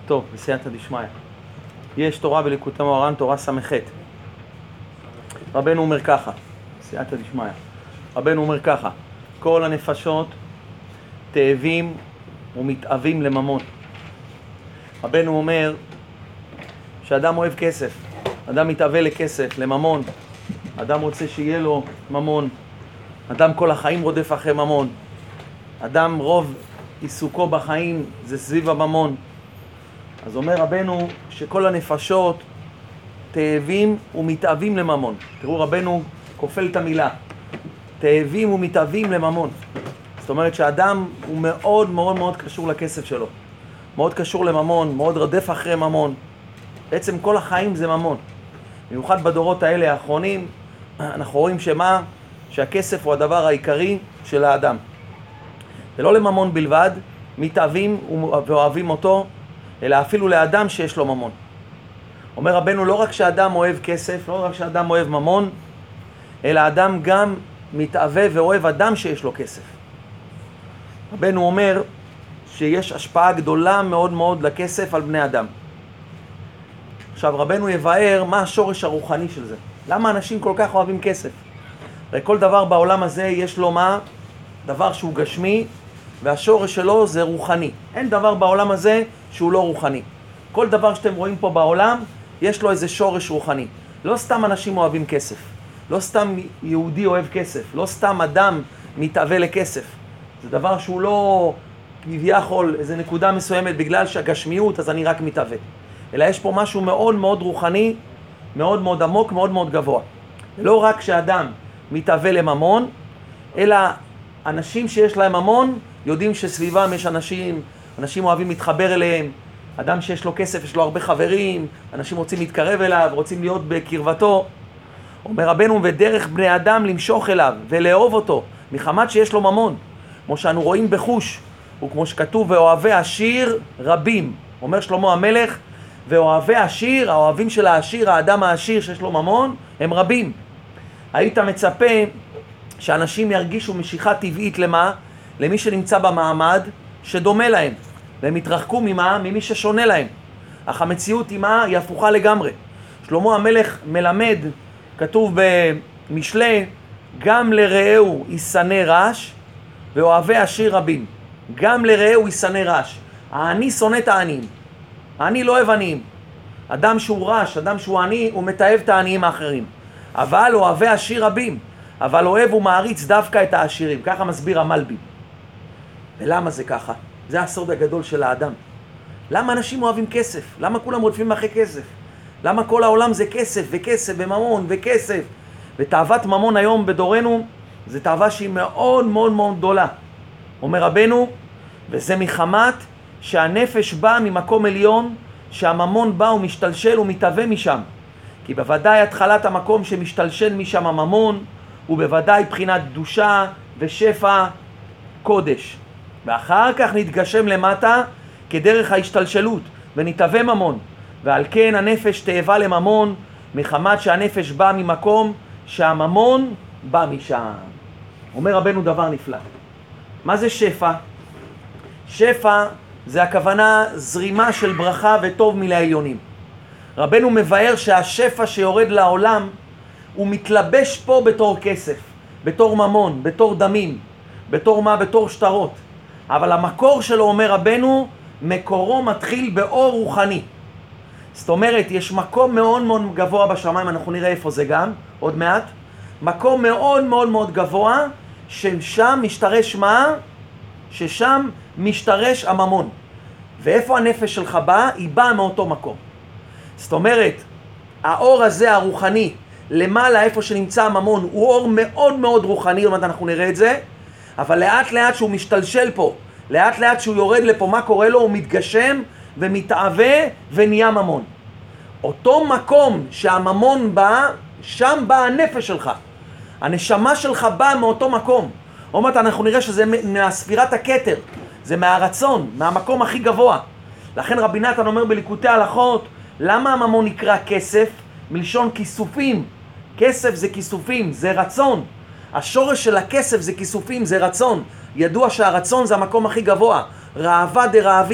טוב, בסייעתא דשמיא. יש תורה בליקוטי מוהר"ן, תורה ס"ח. רבנו אומר ככה, בסייעתא דשמיא. רבנו אומר ככה, כל הנפשות תאבים ומתאבים לממון. רבנו אומר שאדם אוהב כסף, אדם מתאווה לכסף, לממון. אדם רוצה שיהיה לו ממון. אדם כל החיים רודף אחרי ממון. אדם רוב עיסוקו בחיים זה סביב הממון. אז אומר רבנו שכל הנפשות תאבים ומתאבים לממון. תראו, רבנו כופל את המילה. תאבים ומתאבים לממון. זאת אומרת שהאדם הוא מאוד מאוד מאוד קשור לכסף שלו. מאוד קשור לממון, מאוד רודף אחרי ממון. בעצם כל החיים זה ממון. במיוחד בדורות האלה האחרונים, אנחנו רואים שהכסף הוא הדבר העיקרי של האדם. ולא לממון בלבד, מתאבים ואוהבים אותו, אלא אפילו לאדם שיש לו ממון. אומר רבנו, לא רק שאדם אוהב כסף, לא רק שאדם אוהב ממון, אלא אדם גם מתאווה ואוהב אדם שיש לו כסף. רבנו אומר שיש השפעה גדולה מאוד מאוד לכסף על בני אדם. עכשיו רבנו יבאר מה השורש הרוחני של זה. למה אנשים כל כך אוהבים כסף? הרי כל דבר בעולם הזה יש לו דבר שהוא גשמי, והשורש שלו זה רוחני. אין דבר בעולם הזה שהוא לא רוחני. כל דבר שאתם רואים פה בעולם, יש לו איזה שורש רוחני. לא סתם אנשים אוהבים כסף. לא סתם יהודי אוהב כסף. לא סתם אדם מתאווה לכסף. זה דבר שהוא לא כביכול איזה נקודה מסוימת בגלל שהגשמיות, אז אני רק מתאווה. אלא יש פה משהו מאוד מאוד רוחני, מאוד מאוד עמוק, מאוד מאוד גבוה. לא רק שאדם מתאווה לממון, אלא אנשים שיש להם ממון, יודעים שסביבם יש אנשים אוהבים להתחבר אליהם. אדם שיש לו כסף, יש לו הרבה חברים, אנשים רוצים להתקרב אליו, רוצים להיות בקרבתו. אומר רבנו, ודרך בני אדם למשוך אליו ולאהוב אותו, מחמת שיש לו ממון. כמו שאנו רואים בחוש, וכמו שכתוב, ואוהבי עשיר רבים. אומר שלמה המלך, ואוהבי עשיר, האוהבים של העשיר, האדם העשיר שיש לו ממון, הם רבים. היית מצפה שאנשים ירגישו משיכה טבעית למה? למי שנמצא במעמד שדומה להם. והם יתרחקו ממי ששונה להם. אך המציאות היא הפוכה לגמרי. שלמה המלך מלמד, כתוב במשלי, גם לרעהו ישנא רש, ואוהבי עשיר רבים. גם לרעהו ישנא רש. העני שונא את העניים. העני לא אוהב עניים. אדם שהוא רש, אדם שהוא עני, הוא מתאהב את העניים האחרים. אבל אוהבי עשיר רבים. אבל אוהב ומעריץ דווקא את העשירים. ככה מסביר המלבי. ולמה זה ככה? זה הסוד הגדול של האדם. למה אנשים אוהבים כסף? למה כולם רודפים אחרי כסף? למה כל העולם זה כסף וכסף וממון וכסף? ותאוות ממון היום בדורנו, זה תאווה שהיא מאוד מאוד מאוד גדולה. אומר רבנו, וזה מחמת שהנפש בא ממקום עליון, שהממון בא ומשתלשל ומתאווה משם. כי בוודאי התחלת המקום שמשתלשל משם הממון, הוא בוודאי בחינת קדושה ושפע קודש. ואחר כך נתגשם למטה כדרך ההשתלשלות ונתאווה ממון. ועל כן הנפש תאווה לממון, מחמת שהנפש בא ממקום שהממון בא משם. אומר רבנו דבר נפלא. מה זה שפע? שפע זה הכוונה זרימה של ברכה וטוב מלעליונים. רבנו מבאר שהשפע שיורד לעולם הוא מתלבש פה בתור כסף, בתור ממון, בתור דמים, בתור שטרות. אבל המקור שלו, אומר רבנו, מקורו מתחיל באור רוחני. זאת אומרת, יש מקום מאוד מאוד גבוה בשמיים, אנחנו נראה איפה זה גם, עוד מעט. מקום מאוד מאוד מאוד גבוה, ששם משתרש מה? ששם משתרש הממון. ואיפה הנפש שלך באה? היא באה מאותו מקום. זאת אומרת, האור הזה הרוחני, למעלה איפה שנמצא הממון, הוא אור מאוד מאוד רוחני, עוד מעט אנחנו נראה את זה, אבל לאט לאט שהוא משתלשל פה, לאט לאט שהוא יורד לפה, מה קורה לו? הוא מתגשם ומתאווה ונהיה ממון. אותו מקום שהממון בא, שם באה הנפש שלך. הנשמה שלך באה מאותו מקום. עוד מעט אנחנו נראה שזה מהספירת הכתר, זה מהרצון, מהמקום הכי גבוה. לכן רבי נתן אומר בליקוטי הלכות, למה הממון נקרא כסף? מלשון כיסופים. כסף זה כיסופים, זה רצון. השורש של הכסף זה כיסופים, זה רצון. ידוע שהרצון זה המקום הכי גבוה. ראווה דרעבין.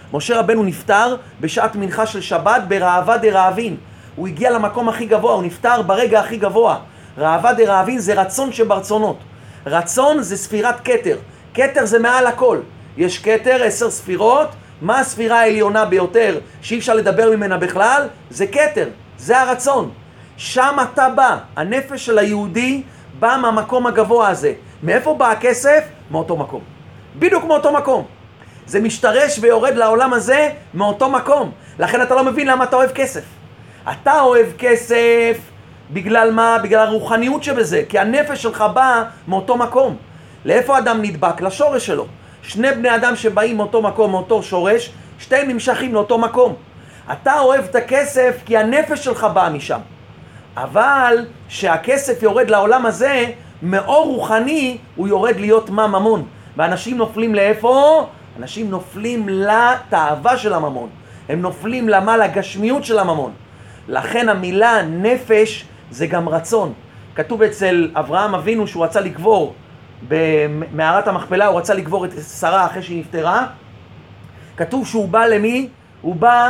משה רבנו נפטר בשעת מנחה של שבת ברעבה דרעבין. הוא הגיע למקום הכי גבוה, הוא נפטר ברגע הכי גבוה. רעבה דרעבין זה רצון שברצונות. רצון זה ספירת כתר. כתר זה מעל הכל. יש כתר, 10 ספירות. מה הספירה העליונה ביותר שאי אפשר לדבר ממנה בכלל? זה כתר, זה הרצון. שם אתה בא, הנפש של היהודי בא מהמקום הגבוה הזה. מאיפה בא הכסף? מאותו מקום. בדיוק מאותו מקום. זה משתרש ויורד לעולם הזה מאותו מקום. לכן אתה לא מבין למה אתה אוהב כסף. אתה אוהב כסף בגלל מה? בגלל הרוחניות שבזה. כי הנפש שלך באה מאותו מקום. לאיפה אדם נדבק? לשורש שלו. שני בני אדם שבאים מאותו מקום, מאותו שורש, שתיהם נמשכים לאותו מקום. אתה אוהב את הכסף כי הנפש שלך באה משם. אבל שהכסף יורד לעולם הזה, מאור רוחני הוא יורד להיות מה? ממון. ואנשים נופלים לאיפה? אנשים נופלים לתאווה של הממון. הם נופלים לגשמיות של הממון. לכן המילה נפש זה גם רצון. כתוב אצל אברהם אבינו שהוא רצה לקבור במערת המכפלה, הוא רצה לקבור את שרה אחרי שהיא נפטרה. כתוב שהוא בא למי? הוא בא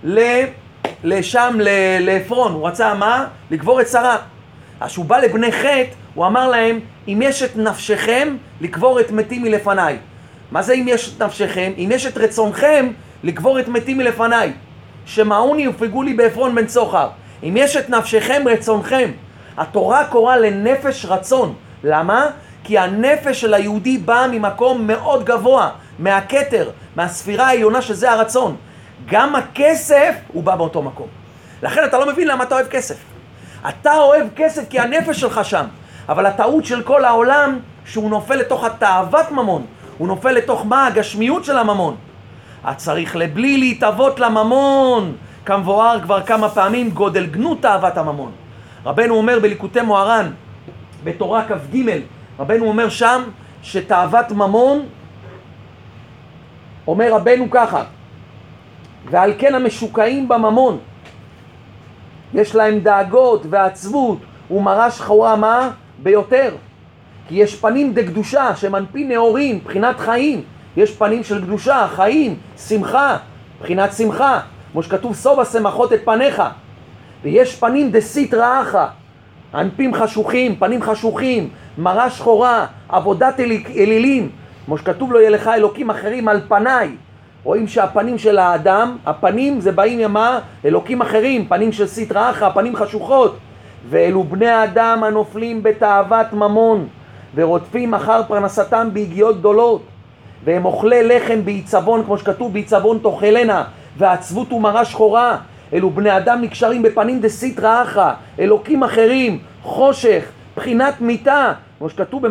לשם, לעפרון. הוא רצה מה? לקבור את שרה. אז שהוא בא לבני חטא, הוא אמר להם, אם יש את נפשכם, לקבור את מתים מלפניי. מה זה אם יש את נפשכם? אם יש את רצונכם, לקבור את מתים מלפניי. שמעוני ופגעו לי בעפרון בן צוחר. אם יש את נפשכם, רצונכם. התורה קוראה לנפש רצון. למה? כי הנפש של היהודי באה ממקום מאוד גבוה, מהכתר, מהספירה העליונה שזה הרצון. גם הכסף הוא בא באותו מקום. לכן אתה לא מבין למה אתה אוהב כסף. אתה אוהב כסף כי הנפש שלך שם. אבל הטעות של כל העולם שהוא נופל לתוך התאוות ממון. הוא נופל לתוך מה? הגשמיות של הממון. את צריך לבלי להתאבות לממון. כמבואר כבר כמה פעמים גודל גנות תאוות הממון. רבנו אומר בליקוטי מוהר"ן, בתורה כ"ג, רבנו אומר שם שתאוות ממון, אומר רבנו ככה, ועל כן המשוקעים בממון, יש להם דאגות ועצבות ומראה שחורה מה? ביותר. כי יש פנים דקדושה שמנפי נאורים, בחינת חיים. יש פנים של קדושה, חיים, שמחה, בחינת שמחה. כמו שכתוב סובה שמחות את פניך. ויש פנים דסית רעך, ענפים חשוכים, פנים חשוכים, מראה שחורה, עבודת אלילים. כמו שכתוב לו, יהיה לך אלוקים אחרים על פניי. רואים שהפנים של האדם, הפנים זה באים ימה, אלוקים אחרים, פנים של סית רעך, פנים חשוכות. ואלו בני האדם הנופלים בתאוות ממון, ורודפים אחר פרנסתם בהגיעות גדולות. והם אוכלי לחם בעיצבון, כמו שכתוב בעיצבון תאכלנה, ועצבות ומראה שחורה. אלו בני אדם נקשרים בפנים דסית רעך, אלוקים אחרים, חושך, בחינת מיתה, כמו שכתוב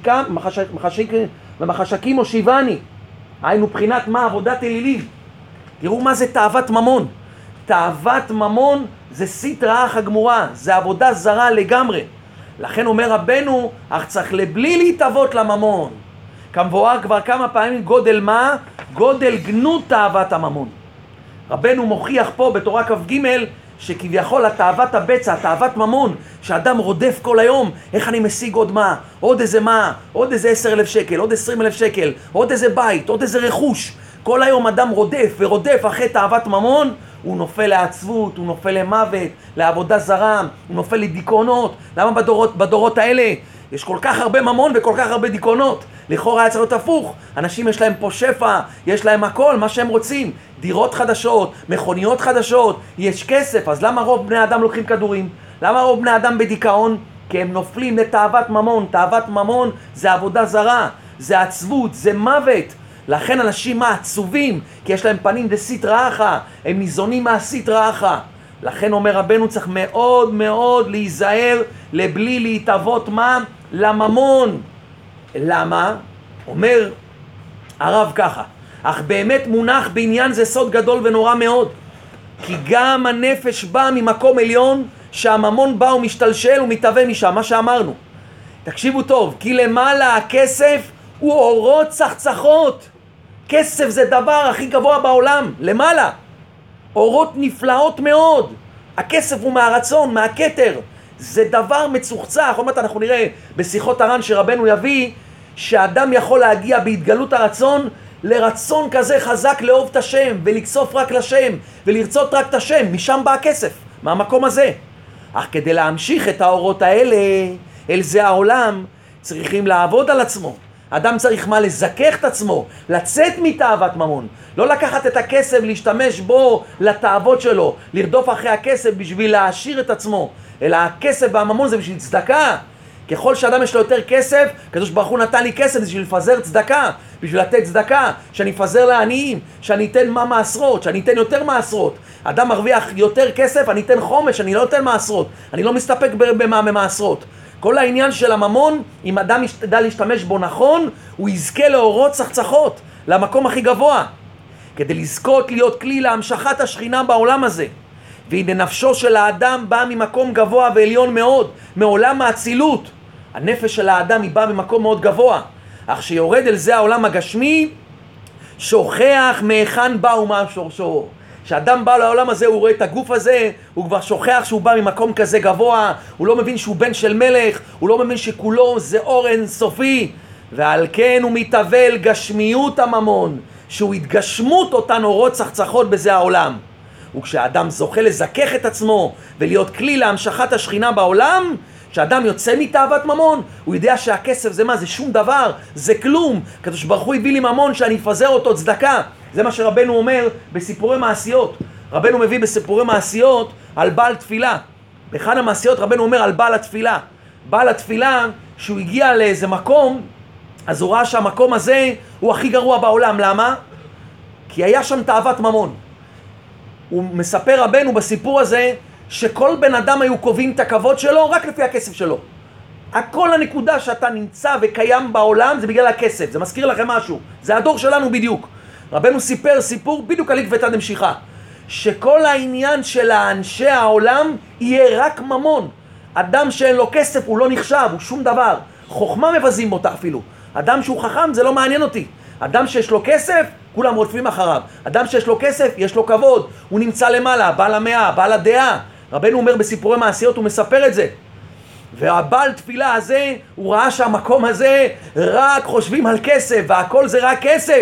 במחשקים הושיבני. היינו בחינת מה? עבודת אלילים. תראו מה זה תאוות ממון. תאוות ממון זה סית רעך הגמורה, זה עבודה זרה לגמרי. לכן אומר רבנו, אך צריך לבלי להתאבות לממון. כמבואר כבר כמה פעמים גודל מה? גודל גנות תאוות הממון. רבנו מוכיח פה בתורה כ"ג שכביכול התאוות הבצע, התאוות ממון, שאדם רודף כל היום, איך אני משיג עוד מה? עוד איזה מה? עוד איזה 10,000 שקל, עוד 20,000 שקל, עוד איזה בית, עוד איזה רכוש. כל היום אדם רודף ורודף אחרי תאוות ממון, הוא נופל לעצבות, הוא נופל למוות, לעבודה זרה, הוא נופל לדיכאונות. למה בדורות האלה יש כל כך הרבה ממון וכל כך הרבה דיכאונות? לכאורה היה צריך להיות הפוך. אנשים יש להם פה שפע, יש להם הכל, מה שהם רוצים. דירות חדשות, מכוניות חדשות, יש כסף. אז למה רוב בני האדם לוקחים כדורים? למה רוב בני האדם בדיכאון? כי הם נופלים לתאוות ממון. תאוות ממון זה עבודה זרה, זה עצבות, זה מוות. לכן אנשים עצובים, כי יש להם פנים דסית רעך, הם ניזונים מהסית רעך. לכן אומר רבנו צריך מאוד מאוד להיזהר לבלי להתאבות מה? לממון. למה? אומר הרב ככה, אך באמת מונח בעניין זה סוד גדול ונורא מאוד, כי גם הנפש באה ממקום עליון שהממון בא ומשתלשל ומתהווה משם, מה שאמרנו. תקשיבו טוב, כי למעלה הכסף הוא אורות צחצחות. כסף זה דבר הכי גבוה בעולם, למעלה. אורות נפלאות מאוד. הכסף הוא מהרצון, מהכתר. זה דבר מצוחצח. עוד מעט אנחנו נראה בשיחות הר"ן שרבנו יביא, שאדם יכול להגיע בהתגלות הרצון לרצון כזה חזק לאהוב את השם ולקסוף רק לשם ולרצות רק את השם, משם בא הכסף, מהמקום הזה. אך כדי להמשיך את האורות האלה אל זה העולם, צריכים לעבוד על עצמו. אדם צריך מה? לזכך את עצמו, לצאת מתאוות ממון. לא לקחת את הכסף, להשתמש בו לתאוות שלו, לרדוף אחרי הכסף בשביל להעשיר את עצמו, אלא הכסף והממון זה בשביל צדקה. ככל שאדם יש לו יותר כסף, הקדוש ברוך הוא נתן לי כסף בשביל לפזר צדקה, בשביל לתת צדקה, שאני אפזר לעניים, שאני אתן מעשרות, שאני אתן יותר מעשרות. אדם מרוויח יותר כסף, אני אתן חומש, אני לא אתן מעשרות, אני לא מסתפק במעשרות. כל העניין של הממון, אם אדם ידע להשתמש בו נכון, הוא יזכה לאורות צחצחות, למקום הכי גבוה, כדי לזכות להיות כלי להמשכת השכינה בעולם הזה. והנה נפשו של האדם באה ממקום גבוה ועליון מאוד, מעולם האצילות. הנפש של האדם היא באה ממקום מאוד גבוה, אך שיורד אל זה העולם הגשמי, שוכח מהיכן בא ומה שורשו. כשאדם בא לעולם הזה, הוא רואה את הגוף הזה, הוא כבר שוכח שהוא בא ממקום כזה גבוה, הוא לא מבין שהוא בן של מלך, הוא לא מבין שכולו זה אור אינסופי, ועל כן הוא מתאבל גשמיות הממון, שהוא התגשמות אותן אורות צחצחות בזה העולם. וכשאדם זוכה לזכך את עצמו ולהיות כלי להמשכת השכינה בעולם, כשאדם יוצא מתאוות ממון, הוא יודע שהכסף זה מה? זה שום דבר, זה כלום. הקדוש ברוך הוא הביא לי ממון שאני אפזר אותו צדקה. זה מה שרבנו אומר בסיפורי מעשיות. רבנו מביא בסיפורי מעשיות על בעל תפילה. באחד המעשיות רבנו אומר על בעל התפילה. בעל התפילה, שהוא הגיע לאיזה מקום, אז הוא ראה שהמקום הזה הוא הכי גרוע בעולם. למה? כי היה שם תאוות ממון. הוא מספר רבנו בסיפור הזה שכל בן אדם היו קובעים את הכבוד שלו רק לפי הכסף שלו. הכל הנקודה שאתה נמצא וקיים בעולם זה בגלל הכסף. זה מזכיר לכם משהו. זה הדור שלנו בדיוק. רבנו סיפר סיפור בדיוק על עקבתא דמשיחא, שכל העניין של האנשי העולם יהיה רק ממון. אדם שאין לו כסף הוא לא נחשב, הוא שום דבר. חוכמה מבזים אותה אפילו. אדם שהוא חכם זה לא מעניין אותי. אדם שיש לו כסף, כולם רודפים אחריו. אדם שיש לו כסף, יש לו כבוד. הוא נמצא למעלה, בעל המאה, בעל הדעה. רבנו אומר בסיפורי מעשיות, הוא מספר את זה. והבעל תפילה הזה, הוא ראה שהמקום הזה רק חושבים על כסף, והכל זה רק כסף.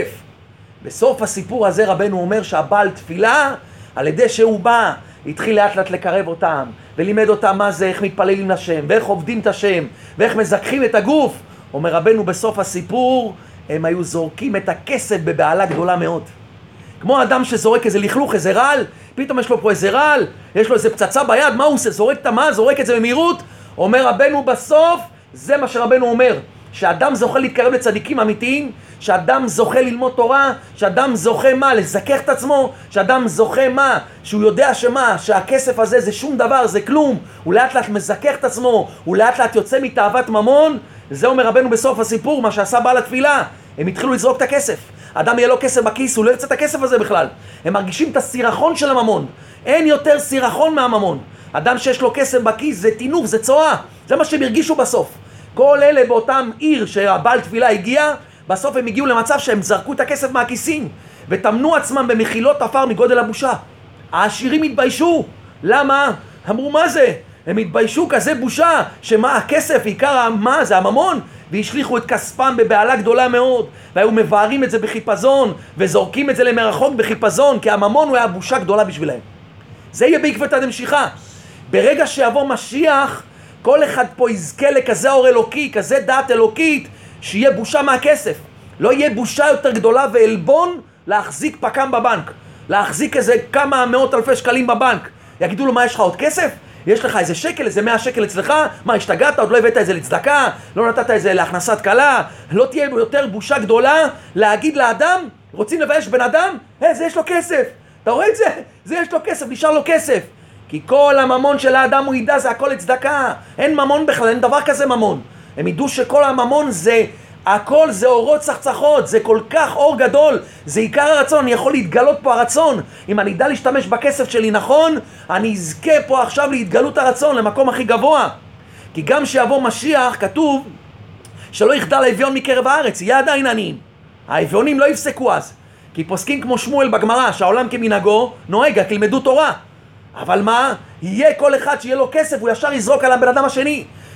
בסוף הסיפור הזה רבנו אומר שהבעל תפילה, על ידי שהוא בא, התחיל לאט לאט לקרב אותם, ולימד אותם מה זה, איך מתפללים לשם, ואיך עובדים את השם, ואיך מזכחים את הגוף. אומר רבנו בסוף הסיפור, הם היו זורקים את הכסף בבעלה גדולה מאוד. כמו אדם שזורק איזה לכלוך, איזה רעל, פתאום יש לו פה איזה רעל, יש לו איזה פצצה ביד, מה הוא עושה? זורק את המה, זורק את זה במהירות. אומר רבנו בסוף, זה מה שרבנו אומר, שאדם זוכה להתקרב לצדיקים אמיתיים, שאדם זוכה ללמוד תורה, שאדם זוכה מה? לזכך את עצמו, שאדם זוכה מה? שהוא יודע שמה? שהכסף הזה זה שום דבר, זה כלום, הוא לאט לאט מזכך את עצמו, הוא לאט לאט יוצא מתאוות ממון. זה אומר רבנו בסוף הסיפור, מה שעשה בעל התפילה, הם התחילו לזרוק את הכסף. אדם יהיה לו כסף בכיס, הוא לא ירצה את הכסף הזה בכלל. הם מרגישים את הסירחון של הממון. אין יותר סירחון מהממון. אדם שיש לו כסף בכיס זה תינוף, זה צועה. זה מה שהם הרגישו בסוף. כל אלה באותם עיר שהבעל תפילה הגיע, בסוף הם הגיעו למצב שהם זרקו את הכסף מהכיסים, ותמנו עצמם במחילות עפר מגודל הבושה. העשירים התביישו. למה? אמרו מה זה? הם התביישו, כזה בושה, שמה הכסף, עיקר מה זה הממון, והשליחו את כספם בבעלה גדולה מאוד, והיו מבארים את זה בחיפזון, וזורקים את זה למרחוק בחיפזון, כי הממון הוא היה בושה גדולה בשבילהם. זה יהיה בעקבתא דמשיחא. ברגע שיבוא משיח, כל אחד פה יזכה לכזה אור אלוקי, כזה דעת אלוקית, שיהיה בושה מהכסף. לא יהיה בושה יותר גדולה ועלבון להחזיק פקם בבנק, להחזיק איזה כמה מאות אלפי שקלים בבנק. יגידו לו, מה יש לך עוד כסף? יש לך איזה שקל, איזה 100 שקל אצלך? מה, השתגעת? עוד לא הבאת איזה לצדקה? לא נתת איזה להכנסת קלה? לא תהיה יותר בושה גדולה להגיד לאדם, רוצים לבייש בן אדם? זה יש לו כסף. אתה רואה את זה? זה יש לו כסף, נשאר לו כסף. כי כל הממון של האדם הוא ידע, זה הכל לצדקה. אין ממון בכלל, אין דבר כזה ממון. הם ידעו שכל הממון זה, הכל זה אורות צחצחות, זה כל כך אור גדול, זה עיקר הרצון, אני יכול להתגלות פה הרצון. אם אני אדע להשתמש בכסף שלי נכון, אני אזכה פה עכשיו להתגלות הרצון, למקום הכי גבוה. כי גם שיבוא משיח, כתוב שלא יחדל האביון מקרב הארץ, יהיה עדיין עניים. האביונים לא יפסקו אז. כי פוסקים כמו שמואל בגמרא, שהעולם כמנהגו נוהג, תלמדו תורה. אבל מה? יהיה כל אחד שיהיה לו כסף, הוא ישר יזרוק על הבן אדם השני.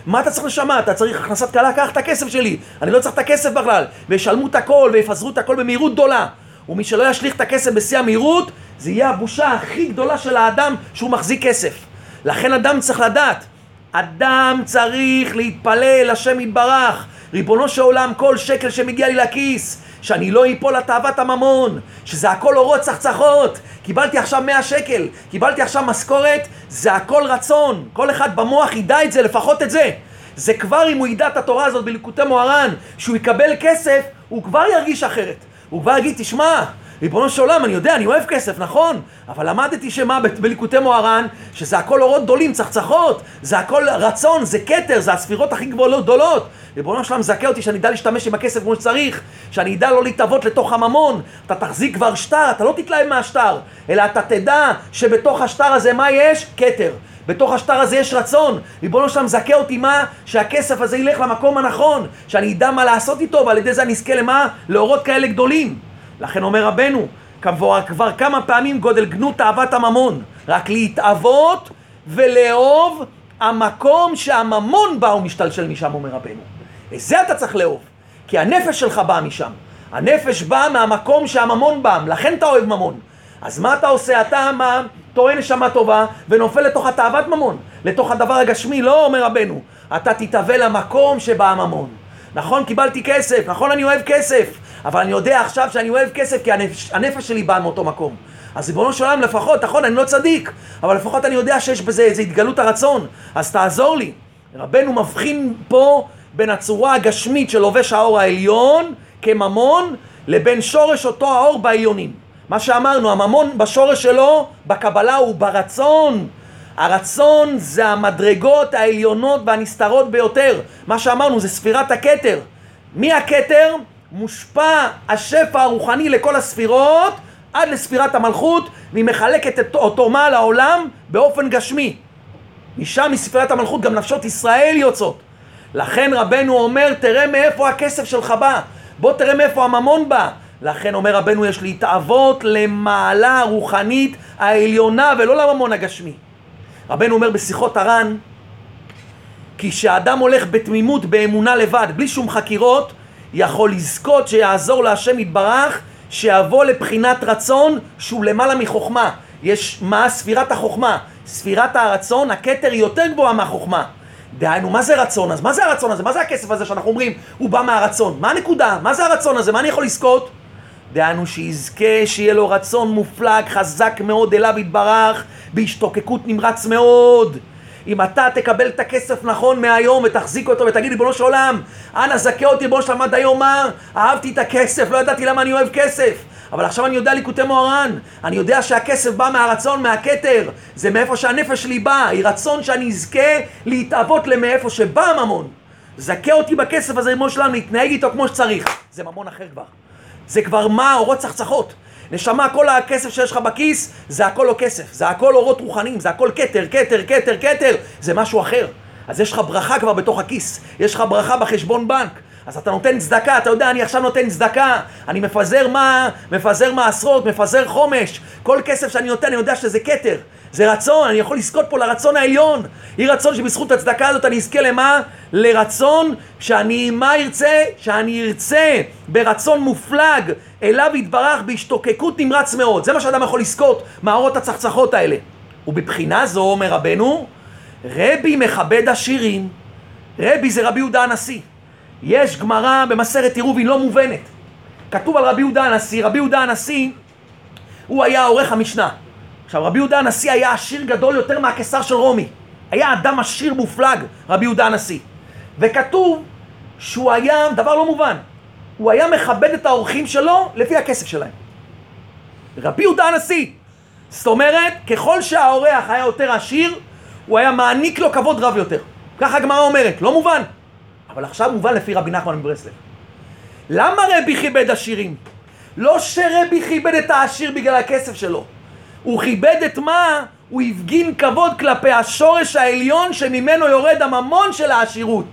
מה אתה צריך נשמה? אתה צריך הכנסת קלה, קח את הכסף שלי, אני לא צריך את הכסף בכלל. וישלמו את הכל ויפזרו את הכל במהירות גדולה. ומי שלא ישליך את הכסף בשיא המהירות, זה יהיה הבושה הכי גדולה של האדם שהוא מחזיק כסף. לכן אדם צריך לדעת, אדם צריך להתפלל השם יתברך, ריבונו של עולם, כל שקל שמגיע לי לכיס, שאני לא איפול לתאוות הממון, שזה הכל אורות צחצחות. קיבלתי עכשיו 100 שקל, קיבלתי עכשיו משכורת, זה הכל רצון. כל אחד במוח ידע את זה, לפחות את זה. זה כבר, אם הוא ידע את התורה הזאת בליקוטי מוהר"ן, שהוא יקבל כסף, הוא כבר ירגיש אחרת. הוא כבר יגיד, תשמע, ריבונו של עולם, אני יודע, אני אוהב כסף, נכון? אבל למדתי שמה בליקוטי מוהר"ן, שזה הכל אורות גדולים, צחצחות, זה הכל רצון, זה כתר, זה הספירות הכי גדולות. ריבונו של עולם, זכה אותי שאני אדע להשתמש עם הכסף כמו שצריך, שאני אדע לא להתאבות לתוך הממון. אתה תחזיק כבר שטר, אתה לא תתלהב מהשטר, אלא אתה תדע שבתוך השטר הזה מה יש? כתר. בתוך השטר הזה יש רצון. ריבונו של עולם, זכה אותי מה? שהכסף הזה ילך למקום הנכון, שאני אדע מה לעשות איתו, ועל ידי זה אני אזכה למה? לאורות כאלה גדולים. לכן אומר רבנו, כבר כמה פעמים גודל גנות תאוות הממון, רק להתאבות ולאהוב המקום שהממון בא ומשתלשל משם, אומר רבנו. וזה אתה צריך לאהוב, כי הנפש שלך באה משם. הנפש באה מהמקום שהממון בא, לכן אתה אוהב ממון. אז מה אתה עושה? אתה מה? טוען נשמה טובה ונופל לתוך התאוות ממון, לתוך הדבר הגשמי. לא, אומר רבנו, אתה תתאווה למקום שבא הממון. נכון, קיבלתי כסף, נכון, אני אוהב כסף, אבל אני יודע עכשיו שאני אוהב כסף כי הנפש שלי באה מאותו מקום. אז ריבונו של עולם, לפחות, נכון, אני לא צדיק, אבל לפחות אני יודע שיש בזה איזו התגלות הרצון, אז תעזור לי. רבנו מבחין פה בין הצורה הגשמית של לובש האור העליון כממון, לבין שורש אותו האור בעליונים. מה שאמרנו, הממון בשורש שלו, בקבלה הוא ברצון. הרצון זה המדרגות העליונות והנסתרות ביותר. מה שאמרנו זה ספירת הכתר. מי הכתר? מושפע השפע הרוחני לכל הספירות עד לספירת המלכות, והיא מחלקת אותו מה לעולם באופן גשמי. משם מספירת המלכות גם נפשות ישראל יוצאות. לכן רבנו אומר, תראה מאיפה הכסף שלך בא, בוא תראה מאיפה הממון בא. לכן אומר רבנו, יש להתאבות למעלה הרוחנית העליונה ולא לממון הגשמי. רבנו אומר בשיחות הר"ן, כי שהאדם הולך בתמימות באמונה לבד, בלי שום חקירות, יכול לזכות שיעזור להשם יתברך, שיבוא לבחינת רצון שהוא למעלה מחוכמה. יש מה? ספירת החוכמה. ספירת הרצון, הכתר היא יותר גבוהה מהחוכמה. דהיינו, מה זה רצון? אז מה זה הרצון הזה? מה זה הכסף הזה שאנחנו אומרים, הוא בא מהרצון? מה הנקודה? מה זה הרצון הזה? מה אני יכול לזכות? דהיינו, שיזכה שיהיה לו רצון מופלג, חזק מאוד אליו יתברך, בהשתוקקות נמרץ מאוד. אם אתה תקבל את הכסף נכון מהיום ותחזיק אותו ותגיד, ריבונו של עולם, אנא זכה אותי, ריבונו של עולם, עד היום מה? אהבתי את הכסף, לא ידעתי למה אני אוהב כסף, אבל עכשיו אני יודע ליקוטי מוהר"ן, אני יודע שהכסף בא מהרצון, מהכתר, זה מאיפה שהנפש שלי בא, היא רצון שאני אזכה להתאבות למאיפה שבא הממון. זכה אותי בכסף הזה, ריבונו של עולם, להתנהג איתו כמו שצריך. זה ממון אחר כבר. זה כבר מה? אורות צחצחות. נשמה, כל הכסף שיש לך בכיס, זה הכל לא כסף, זה הכל אורות רוחניים, זה הכל כתר, כתר, כתר, כתר, זה משהו אחר. אז יש לך ברכה כבר בתוך הכיס, יש לך ברכה בחשבון בנק, אז אתה נותן צדקה, אתה יודע, אני עכשיו נותן צדקה, אני מפזר מה? מפזר מעשרות, מפזר חומש, כל כסף שאני נותן, אני יודע שזה כתר, זה רצון, אני יכול לזכות פה לרצון העליון. היא רצון שבזכות הצדקה הזאת אני אזכה למה? לרצון שאני, מה ירצה? שאני ארצה ברצון מופלג אליו יתברך בהשתוקקות נמרץ מאוד. זה מה שאדם יכול לזכות מהאורות הצחצחות האלה. ובבחינה זו אומר רבנו, רבי מכבד עשירים. רבי זה רבי יהודה הנשיא. יש גמרא במסכת עירובין לא מובנת. כתוב על רבי יהודה הנשיא, רבי יהודה הנשיא הוא היה עורך המשנה. עכשיו, רבי יהודה הנשיא היה עשיר גדול יותר מהקיסר של רומי. היה אדם עשיר מופלג, רבי יהודה הנשיא. וכתוב שהוא היה, דבר לא מובן, הוא היה מכבד את האורחים שלו לפי הכסף שלהם. רבי יהודה הנשיא. זאת אומרת, ככל שהאורח היה יותר עשיר, הוא היה מעניק לו כבוד רב יותר. ככה הגמרא אומרת, לא מובן. אבל עכשיו מובן לפי רבי נחמן מברסלב. למה רבי כיבד עשירים? לא שרבי כיבד את העשיר בגלל הכסף שלו. הוא כיבד את מה? הוא הפגין כבוד כלפי השורש העליון שממנו יורד הממון של העשירות.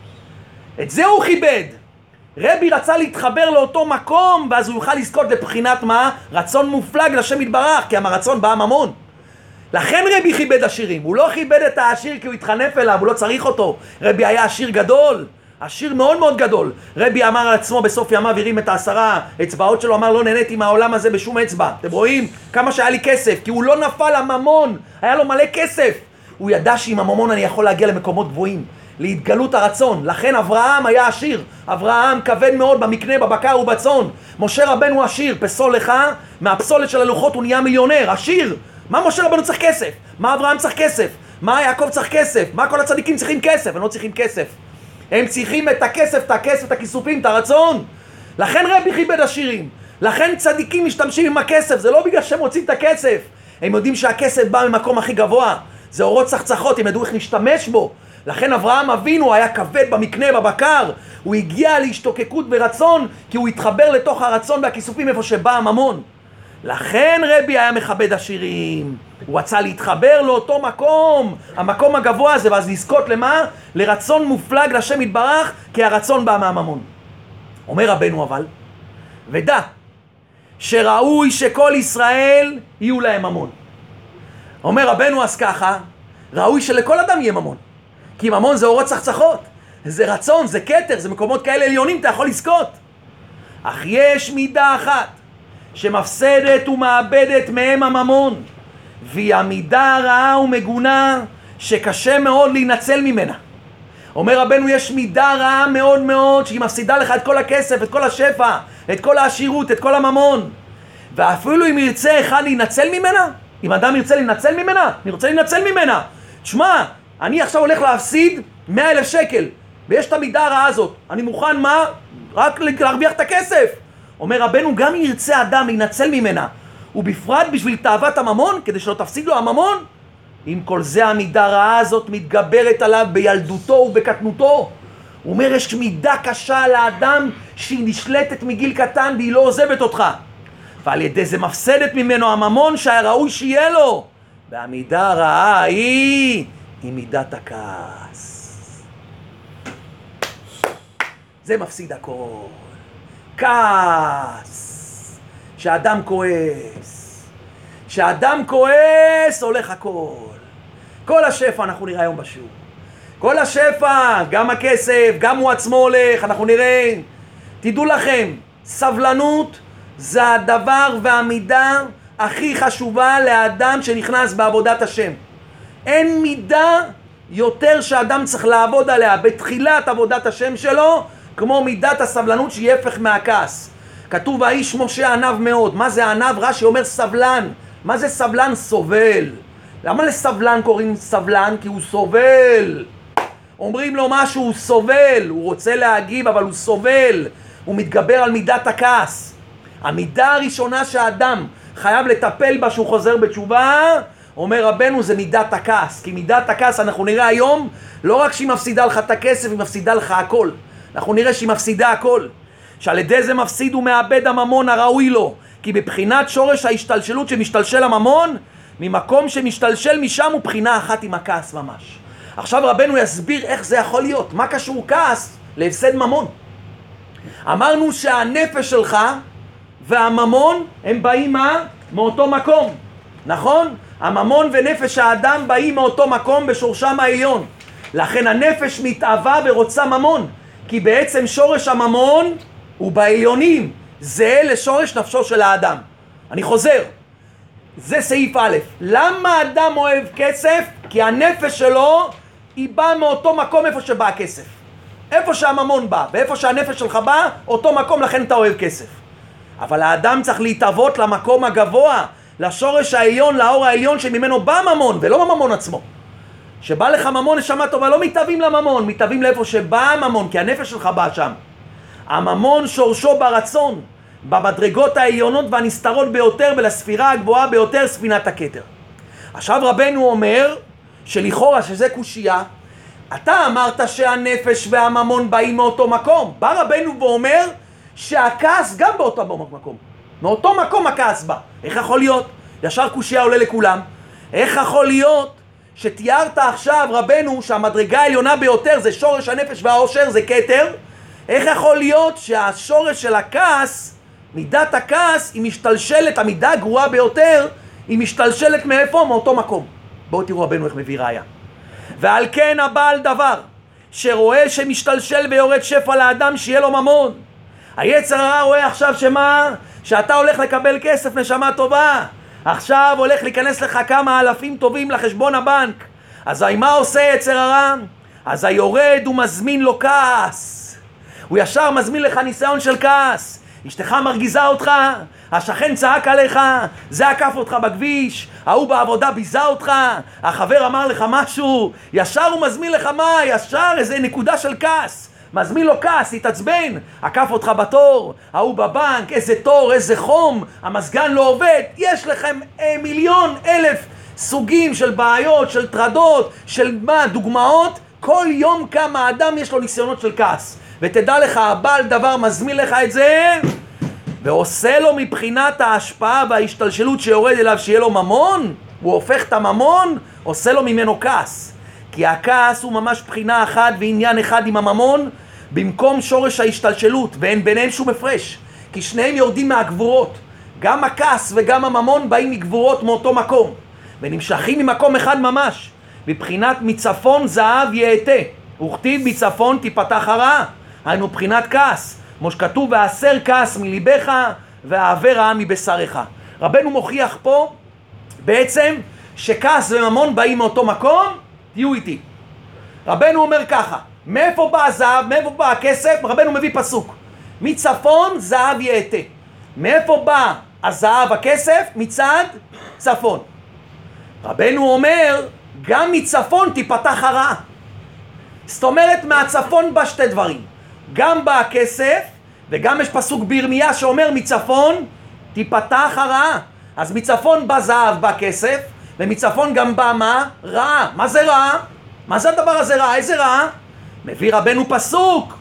את זה הוא כיבד. רבי רצה להתחבר לאותו מקום, ואז הוא יוכל לזכות לבחינת מה? רצון מופלג לשם יתברך, כי המרצון בא הממון. לכן רבי כיבד עשירים. הוא לא כיבד את העשיר כי הוא התחנף אליו, הוא לא צריך אותו. רבי היה עשיר גדול, עשיר מאוד מאוד גדול. רבי אמר על עצמו בסוף ימיו, הרים את 10 אצבעות שלו, אמר לא נהניתי מהעולם הזה בשום אצבע. אתם רואים כמה שהיה לי כסף, כי הוא לא נפל הממון, היה לו מלא כסף. הוא ידע שעם הממון אני יכול להגיע למקומות גבוהים, להתגלות הרצון. לכן אברהם היה עשיר. אברהם כבד מאוד במקנה, בבקר ובצאן. משה רבנו עשיר, פסול לך, מהפסולת של הלוחות הוא נהיה מיליונר, עשיר. מה משה רבנו צריך כסף? מה אברהם צריך כסף? מה יעקב צריך כסף? מה כל הצדיקים צריכים כסף? הם לא צריכים כסף. הם צריכים את הכסף, את הכיסופים, את הרצון. לכן רבי כיבד עשירים. לכן צדיקים משתמשים עם הכסף. זה לא בגלל שהם רוצים את הכסף. הם יודעים שהכסף בא ממקום הכי גבוה. זה אורות צחצחות, הם ידעו איך להשתמש בו. לכן אברהם אבינו היה כבד במקנה, בבקר. הוא הגיע להשתוקקות ברצון, כי הוא התחבר לתוך הרצון והכיסופים איפה שבא הממון. לכן רבי היה מכבד עשירים. הוא רצה להתחבר לאותו מקום, המקום הגבוה הזה, ואז לזכות למה? לרצון מופלג לשם יתברך, כי הרצון בא מהממון. אומר רבנו אבל, ודע שראוי שכל ישראל יהיו להם ממון. אומר רבנו אז ככה, ראוי שלכל אדם יהיה ממון. כי ממון זה אורות צחצחות, זה רצון, זה כתר, זה מקומות כאלה עליונים, אתה יכול לזכות. אך יש מידה אחת שמפסדת ומאבדת מהם הממון, והיא המידה רעה ומגונה שקשה מאוד להינצל ממנה. אומר רבנו, יש מידה רעה מאוד מאוד שהיא מפסידה לך את כל הכסף, את כל השפע, את כל העשירות, את כל הממון. ואפילו אם ירצה אחד להינצל ממנה, אם אדם ירצה להינצל ממנה, אני רוצה להינצל ממנה. תשמע, אני עכשיו הולך להפסיד 100,000 שקל, ויש את המידה הרעה הזאת. אני מוכן מה? רק להרוויח את הכסף. אומר רבנו, גם אם ירצה אדם להינצל ממנה, ובפרט בשביל תאוות הממון, כדי שלא תפסיד לו הממון, עם כל זה המידה הרעה הזאת מתגברת עליו בילדותו ובקטנותו. הוא אומר, יש מידה קשה לאדם שהיא נשלטת מגיל קטן והיא לא עוזבת אותך. ועל ידי זה מפסדת ממנו הממון שהיה ראוי שיהיה לו. והמידה הרעה היא מידת הכעס. זה מפסיד הכל. כעס. שאדם כועס. שאדם כועס הולך הכל. כל השפע אנחנו נראה היום בשיעור. כל השפע, גם הכסף, גם הוא עצמו הולך, אנחנו נראה. תדעו לכם, סבלנות זה הדבר והמידה הכי חשובה לאדם שנכנס בעבודת השם. אין מידה יותר שאדם צריך לעבוד עליה בתחילת עבודת השם שלו, כמו מידת הסבלנות שהיא הפך מהכעס. כתוב, האיש משה ענב מאוד. מה זה ענב? רש"י אומר סבלן. מה זה סבלן? סובל. למה לסבלן קוראים סבלן? כי הוא סובל. אומרים לו משהו, הוא סובל. הוא רוצה להגיב, אבל הוא סובל. הוא מתגבר על מידת הכעס. המידה הראשונה שהאדם חייב לטפל בה שהוא חוזר בתשובה, אומר רבנו, זה מידת הכעס. כי מידת הכעס, אנחנו נראה היום, לא רק שהיא מפסידה לך את הכסף, היא מפסידה לך הכל. אנחנו נראה שהיא מפסידה הכל. שעל ידי זה מפסיד ומאבד הממון הראוי לו. כי בבחינת שורש ההשתלשלות שמשתלשל הממון, ממקום שמשתלשל משם הוא בחינה אחת עם הכעס ממש. עכשיו רבנו יסביר איך זה יכול להיות. מה קשור כעס להפסד ממון? אמרנו שהנפש שלך והממון הם באים מאותו מקום. נכון? הממון ונפש האדם באים מאותו מקום בשורשם העליון. לכן הנפש מתאווה ורוצה ממון. כי בעצם שורש הממון הוא בעליונים. זה לשורש נפשו של האדם. אני חוזר. זה סעיף א'. למה האדם אוהב כסף? כי הנפש שלו היא באה מאותו מקום איפה שבא הכסף. איפה שהממון בא ואיפה שהנפש שלך בא, אותו מקום, לכן אתה אוהב כסף. אבל האדם צריך להתאבות למקום הגבוה, לשורש העליון, לאור העליון שממנו בא ממון, ולא ממון עצמו. שבא לך ממון נשמה טובה, לא מתאבים לממון, מתאבים לאיפה שבא הממון, כי הנפש שלך בא שם. הממון שורשו ברצון, במדרגות העליונות והנסתרות ביותר, ולספירה הגבוהה ביותר, ספינת הכתר. עכשיו רבנו אומר, שלכאורה שזה קושייה, אתה אמרת שהנפש והממון באים מאותו מקום. בא רבנו ואומר שהכעס גם באותו מקום. מאותו מקום הכעס בא. איך יכול להיות? ישר קושייה עולה לכולם. איך יכול להיות שתיארת עכשיו רבנו שהמדרגה העליונה ביותר זה שורש הנפש והעושר, זה כתר? איך יכול להיות שהשורש של הכעס, מידת הכעס, היא משתלשלת, המידה הגרועה ביותר, היא משתלשלת מאיפה? מאותו מקום. בואו תראו רבנו איך מביא ראיה. ועל כן הבעל דבר שרואה שמשתלשל ויורד שפע לאדם שיהיה לו ממון. היצר הרע רואה עכשיו שמה? שאתה הולך לקבל כסף, נשמה טובה. עכשיו הולך להיכנס לך כמה אלפים טובים לחשבון הבנק. אז מה עושה יצר הרע? אז היורד הוא מזמין לו כעס. הוא ישר מזמין לך ניסיון של כעס. אשתך מרגיזה אותך, השכן צעק עליך, זה עקף אותך בכביש, ההוא בעבודה ביזה אותך, החבר אמר לך משהו, ישר הוא מזמין לך מה? ישר איזה נקודה של כעס. מזמין לו כעס, תתעצבן, עקף אותך בתור, ההוא בבנק, איזה תור, איזה חום, המזגן לא עובד. יש לכם 1,000,000 סוגים של בעיות, של טרדות, של מה, דוגמאות. כל יום כמה אדם יש לו ניסיונות של כעס. ותדע לך, הבעל דבר מזמין לך את זה, ועושה לו מבחינת ההשפעה וההשתלשלות שיורד אליו שיהיה לו ממון, הוא הופך את הממון, עושה לו ממנו כעס. כי הכעס הוא ממש בחינה אחת ועניין אחד עם הממון, במקום שורש ההשתלשלות, ואין ביניהם שום הפרש. כי שניהם יורדים מהגבורות. גם הכעס וגם הממון באים מגבורות מאותו מקום, ונמשכים ממקום אחד ממש. בבחינת מצפון זהב יעתה, וכתיב מצפון תיפתח הרעה. היינו בחינת כעס, כמו שכתוב, והסר כעס מליבך והעבר רעה מבשריך. רבנו מוכיח פה בעצם שכעס וממון באים מאותו מקום. תהיו איתי. רבנו אומר ככה, מאיפה בא הזהב, מאיפה בא הכסף? רבנו מביא פסוק, מצפון זהב יעתה. מאיפה בא הזהב, הכסף? מצד צפון. רבנו אומר, גם מצפון תיפתח הרעה. זאת אומרת, מהצפון בא שתי דברים, גם בא הכסף, וגם יש פסוק בירמיה שאומר מצפון תיפתח הרעה. אז מצפון בא זהב, בא כסף, ומצפון גם בא מה? רעה. מה זה רעה? מה זה הדבר הזה רעה? איזה רעה? מביא רבנו פסוק,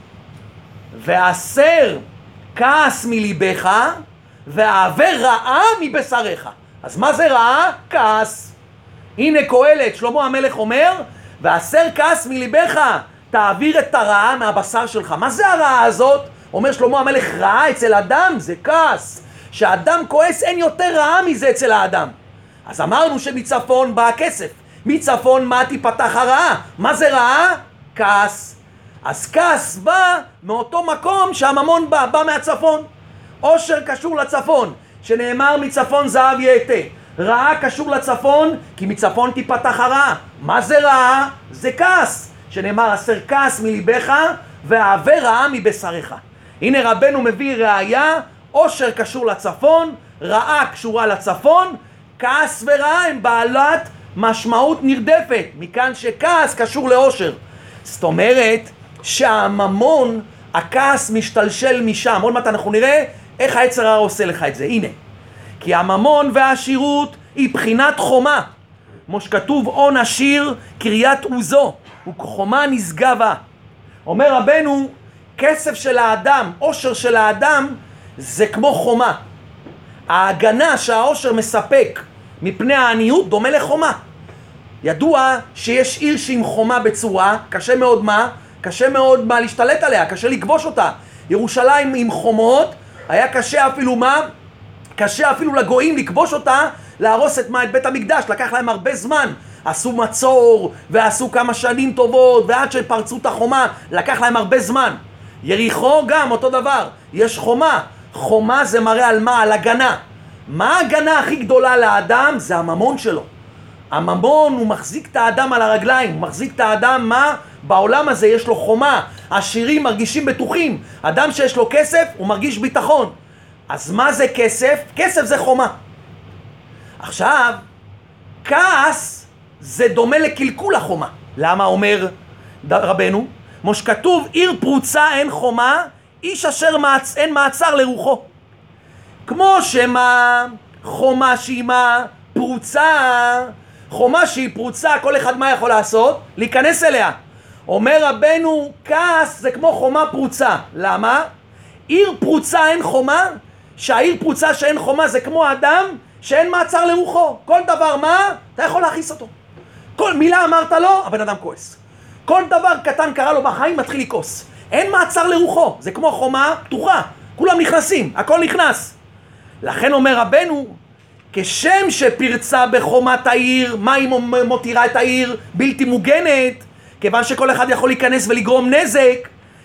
והסר כעס מליבך והעבר רעה מבשריך. אז מה זה רעה? כעס. הנה קהלת, שלמה המלך אומר, והסר כעס מליבך, תעביר את הרעה מהבשר שלך. מה זה הרעה הזאת? אומר שלמה המלך, רעה אצל אדם זה כעס. שהאדם כועס אין יותר רעה מזה אצל האדם. אז אמרנו שמצפון בא הכסף. מצפון מה תיפתח הרעה? מה זה רעה? כעס. אז כעס בא מאותו מקום שהממון בא מהצפון. עושר קשור לצפון, שנאמר מצפון זהב יעתה. רעה קשור לצפון, כי מצפון תיפתח הרעה. מה זה רעה? זה כעס, שנאמר הסר כעס מליבך והעבר רעה מבשריך. הנה רבנו מביא ראיה, עושר קשור לצפון, רעה קשורה לצפון, כעס ורעה הם בעלת משמעות נרדפת, מכאן שכעס קשור לעושר. זאת אומרת שהממון, הכעס משתלשל משם. עוד מעט אנחנו נראה איך היצר הרע עושה לך את זה. הנה, כי הממון והעשירות היא בחינת חומה, כמו שכתוב און עשיר קריית עוזו, וכחומה נשגבה. אומר רבנו, כסף של האדם, עושר של האדם, זה כמו חומה. ההגנה שהעושר מספק מפני העניות דומה לחומה. ידוע שיש עיר שעם חומה בצורה, קשה מאוד מה? קשה מאוד מה להשתלט עליה, קשה לכבוש אותה. ירושלים עם חומות, היה קשה אפילו מה? קשה אפילו לגויים לכבוש אותה, להרוס את בית המקדש, לקח להם הרבה זמן. עשו מצור ועשו כמה שנים טובות, ועד שפרצו את החומה, לקח להם הרבה זמן. יריחו גם אותו דבר, יש חומה. חומה זה מראה על מה? על הגנה. מה ההגנה הכי גדולה לאדם? זה הממון שלו. הממון הוא מחזיק את האדם על הרגליים, הוא מחזיק את האדם מה? בעולם הזה יש לו חומה. עשירים מרגישים בטוחים. אדם שיש לו כסף הוא מרגיש ביטחון. אז מה זה כסף? כסף זה חומה. עכשיו, כעס זה דומה לקלקול החומה. למה אומר רבנו? כמו שכתוב, עיר פרוצה אין חומה, איש אשר אין מעצר לרוחו. כמו שמה חומה שהיא מה פרוצה, חומה שהיא פרוצה, כל אחד מה יכול לעשות? להיכנס אליה. אומר רבנו, כעס זה כמו חומה פרוצה. למה? עיר פרוצה אין חומה, שהעיר פרוצה שאין חומה זה כמו אדם שאין מעצר לרוחו. כל דבר מה? אתה יכול להכיס אותו. כל מילה אמרת לו, הבן אדם כועס. כל דבר קטן קרה לו בחיים מתחיל לכעוס. אין מעצר לרוחו, זה כמו חומה פתוחה. כולם נכנסים, הכל נכנס. לכן אומר רבנו, כשם שפרצה בחומת העיר, מה היא מותירה את העיר בלתי מוגנת, כיוון שכל אחד יכול להיכנס ולגרום נזק,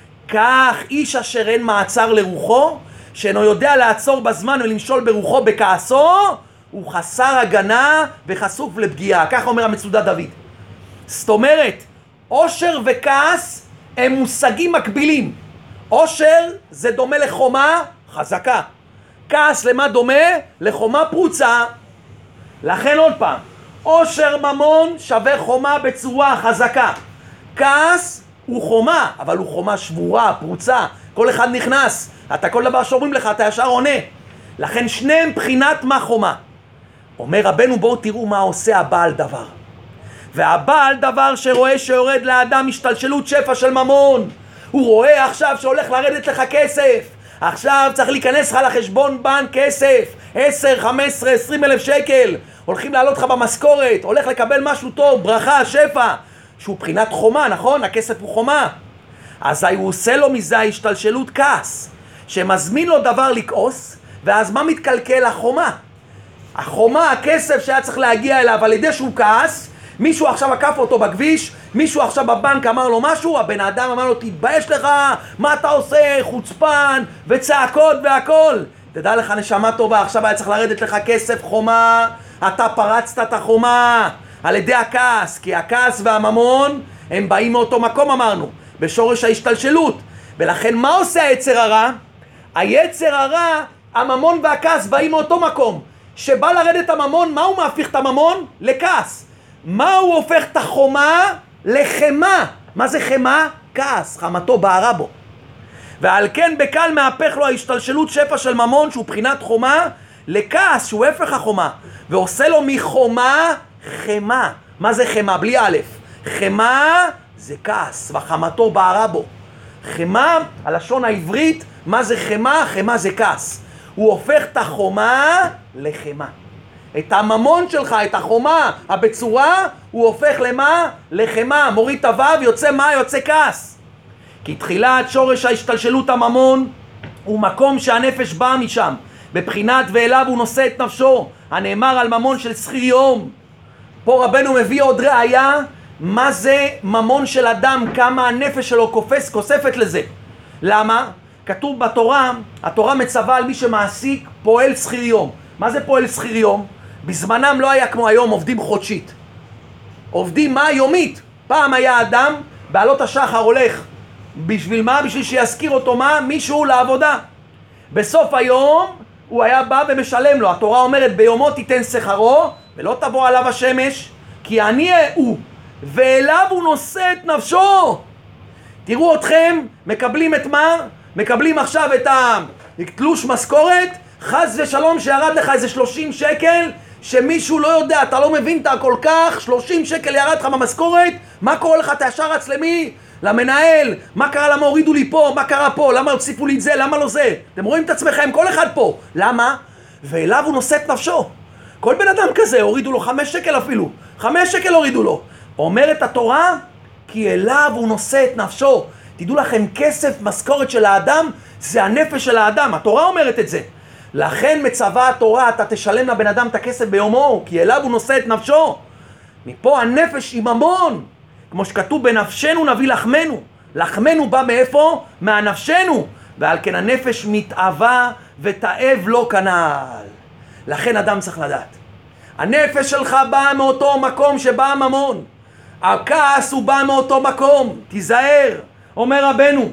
כך איש אשר אין מעצר לרוחו, שאינו יודע לעצור בזמן ולמשול ברוחו בכעסו, הוא חסר הגנה וחשוף לפגיעה. כך אומר המצודת דוד. זאת אומרת, עושר וכעס הם מושגים מקבילים. עושר זה דומה לחומה חזקה. כעס למה דומה? לחומה פרוצה. לכן עוד פעם, עושר ממון שווה חומה בצורה חזקה. כעס הוא חומה, אבל הוא חומה שבורה, פרוצה. כל אחד נכנס. אתה כל דבר שאומרים לך, אתה ישר עונה. לכן שניהם בחינת מה חומה. אומר רבנו, בואו תראו מה עושה הבעל דבר. והבעל דבר שרואה שיורד לאדם השתלשלות שפע של ממון. הוא רואה עכשיו שהולך לרדת לך כסף. עכשיו צריך להיכנס לך לחשבון בנק כסף. 10, 15, 20 אלף שקל. הולכים לעלות לך במשכורת. הולך לקבל משהו טוב, ברכה, שפע. שהוא בחינת חומה, נכון? הכסף הוא חומה. אז הוא עושה לו מזה השתלשלות כעס. שמזמין לו דבר לכעוס, ואז מה מתקלקל? החומה. החומה, הכסף שהיה צריך להגיע אליו על ידי שהוא כעס, מישהו עכשיו עקף אותו בכביש, מישהו עכשיו בבנק אמר לו משהו, הבן אדם אמר לו, תתבייש לך, מה אתה עושה, חוצפן, וצעקות והכל. תדע לך נשמה טובה, עכשיו היה צריך לרדת לך כסף, חומה, אתה פרצת את החומה על ידי הכעס, כי הכעס והממון הם באים מאותו מקום, אמרנו, בשורש ההשתלשלות. ולכן מה עושה היצר הרע? היצר הרע, הממון והכעס באים מאותו מקום. שבא לרדת הממון, מה הוא מהפיך את הממון? לכעס. מה הוא הופך את החומה? לחמה. מה זה חמה? כעס, חמתו בערה בו. ועל כן בקל מהפך לו ההשתלשלות שפע של ממון, שהוא בחינת חומה, לכעס, שהוא הפך החומה. ועושה לו מחומה חמה. מה זה חמה? בלי א'. חמה זה כעס, וחמתו בערה בו. חמה, הלשון העברית, מה זה חמה? חמה זה כעס. הוא הופך את החומה לחמה. את הממון שלך, את החומה, הבצורה, הוא הופך למה? לחמה. מוריד את הוו, יוצא מה? יוצא כעס. כי תחילת שורש ההשתלשלות הממון הוא מקום שהנפש באה משם. בבחינת ואליו הוא נושא את נפשו. הנאמר על ממון של שכיר יום. פה רבנו מביא עוד ראיה, מה זה ממון של אדם, כמה הנפש שלו כוספת לזה. למה? כתוב בתורה, התורה מצווה על מי שמעסיק פועל שכיר יום. מה זה פועל שכיר יום? בזמנם לא היה כמו היום עובדים חודשית. עובדים מה? יומית. פעם היה אדם בעלות השחר הולך. בשביל מה? בשביל שיזכיר אותו מה? מישהו לעבודה. בסוף היום הוא היה בא ומשלם לו. התורה אומרת ביומו תיתן שכרו ולא תבוא עליו השמש, כי אני הוא ואליו הוא נושא את נפשו. תראו אתכם מקבלים את מה? מקבלים עכשיו את התלוש משכורת, חס ושלום שירד לך איזה 30 שקל, שמישהו לא יודע, אתה לא מבין אתה כל כך, 30 שקל ירד לך במשכורת, מה קורה לך? אתה ישר רץ למי? למנהל. מה קרה? למה הורידו לי פה? מה קרה פה? למה הוסיפו לי את זה? למה לא זה? אתם רואים את עצמכם? כל אחד פה. למה? ואליו הוא נושא את נפשו. כל בן אדם כזה הורידו לו 5 שקל אפילו. 5 שקל הורידו לו. אומרת התורה, כי אליו הוא נושא את נפשו. תדעו לכם, כסף, משכורת של האדם, זה הנפש של האדם. התורה אומרת את זה. לכן מצווה התורה, אתה תשלם לבן אדם את הכסף ביומו, כי אליו הוא נושא את נפשו. מפה הנפש היא ממון. כמו שכתוב, בנפשנו נביא לחמנו. לחמנו בא מאיפה? מהנפשנו. ועל כן הנפש מתאווה ותאב לא כנעל. לכן אדם צריך לדעת. הנפש שלך באה מאותו מקום שבא הממון. הכעס הוא בא מאותו מקום. תיזהר. אומר רבנו,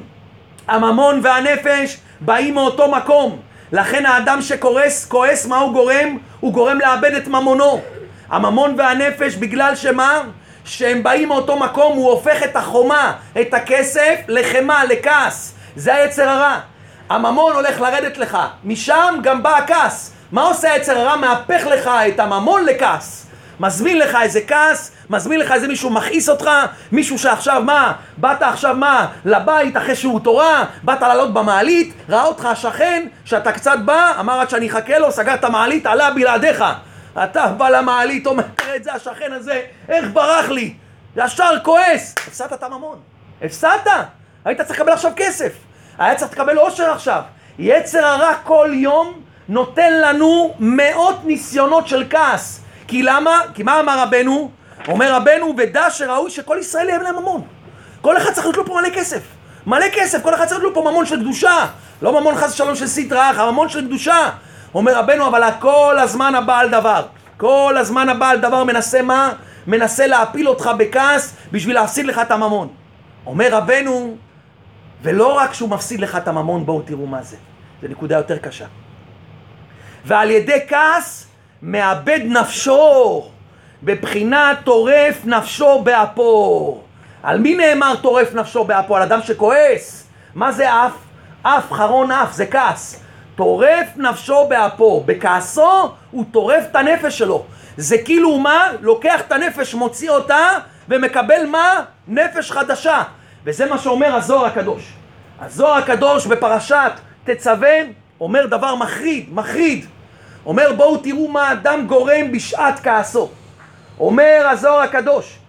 הממון והנפש באים מאותו מקום. לכן האדם כועס, מה הוא גורם? הוא גורם לאבד את ממונו. הממון והנפש, בגלל שמה? שהם באים מאותו מקום, הוא הופך את החומה, את הכסף, לחמה, לכעס. זה היצר הרע. הממון הולך לרדת לך. משם גם בא הכעס. מה עושה היצר הרע? מהפך לך את הממון לכעס. מזמין לך איזה כעס, מזמין לך איזה מישהו מכעיס אותך, מישהו שעכשיו מה? באת עכשיו מה? לבית אחרי שהוא תורה, באת לעלות במעלית, ראה אותך השכן, שאתה קצת בא, אמר עד שאני אחכה לו, סגר את המעלית, עלה בלעדיך. אתה בא למעלית, אומר, תראה את זה השכן הזה, איך ברח לי? ישר כועס. הפסדת את הממון. הפסדת. היית צריך לקבל עכשיו כסף. היה צריך לקבל עושר עכשיו. יצר הרע כל יום נותן לנו מאות ניסיונות של כעס. כי למה? כי מה אמר רבנו? אומר רבנו, ודע שראוי שכל ישראל יהיה להם ממון. כל אחד צריך להיות לו פה מלא כסף. מלא כסף, כל אחד צריך להיות לו פה ממון של קדושה. לא ממון חס ושלום של סטרא אחרא, ממון של קדושה. אומר רבנו, אבל כל הזמן הבעל דבר. כל הזמן הבעל דבר מנסה מה? מנסה להפיל אותך בכעס בשביל להפסיד לך את הממון. אומר רבנו, ולא רק שהוא מפסיד לך את הממון, בואו תראו מה זה. זה נקודה יותר קשה. ועל ידי כעס מאבד נפשו, בבחינת טורף נפשו באפו. על מי נאמר טורף נפשו באפו? על אדם שכועס. מה זה אף? אף, חרון אף, זה כעס. טורף נפשו באפו. בכעסו הוא טורף את הנפש שלו. זה כאילו מה? לוקח את הנפש, מוציא אותה ומקבל מה? נפש חדשה. וזה מה שאומר הזוהר הקדוש. הזוהר הקדוש בפרשת תצווה אומר דבר מחריד, מחריד. אומר בואו תראו מה אדם גורם בשעת כעסו. אומר הזוהר הקדוש,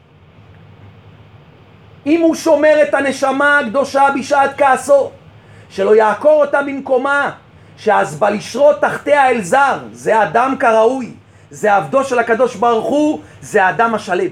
אם הוא שומר את הנשמה הקדושה בשעת כעסו, שלא יעקור אותה במקומה, שאז בא לשרות תחתיה אל זר, זה אדם כראוי, זה עבדו של הקדוש ברוך הוא, זה אדם השלם.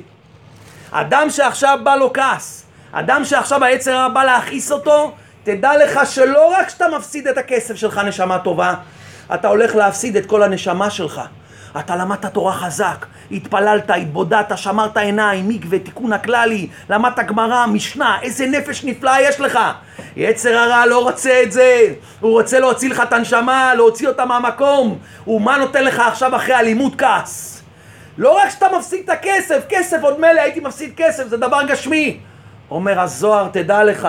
אדם שעכשיו בא לו כעס, אדם שעכשיו היצר הרע בא להכעיס אותו, תדע לך שלא רק שאתה מפסיד את הכסף שלך נשמה טובה, אתה הולך להפסיד את כל הנשמה שלך. אתה למדת תורה חזק, התפללת, התבודדת, שמרת עיניים, מקווה, תיקון הכללי, למדת גמרא, משנה, איזה נפש נפלאה יש לך. יצר הרע לא רוצה את זה, הוא רוצה להוציא לך את הנשמה, להוציא אותה מהמקום. ומה נותן לך עכשיו אחרי אלימות כעס? לא רק שאתה מפסיד את הכסף, כסף עוד מלא, הייתי מפסיד כסף, זה דבר גשמי. אומר הזוהר, תדע לך,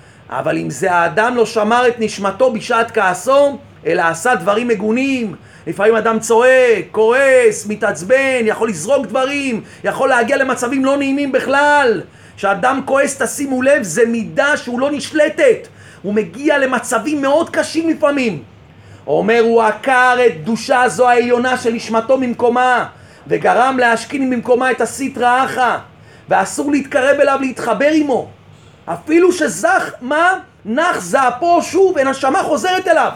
אבל אם זה האדם לא שמר את נשמתו בשעת כעסו, אלא עשה דברים מגונים, לפעמים אדם צועק, כועס, מתעצבן, יכול לזרוק דברים, יכול להגיע למצבים לא נעימים בכלל. כשאדם כועס, תשימו לב, זה מידה שהוא לא נשלטת. הוא מגיע למצבים מאוד קשים לפעמים. אומר, הוא עקר את קדושה זו העליונה של נשמתו ממקומה, וגרם להשכין ממקומה את הסטרא אחרא, ואסור להתקרב אליו, להתחבר עמו. אפילו שזך, מה? נח זעפו שוב, הנשמה חוזרת אליו.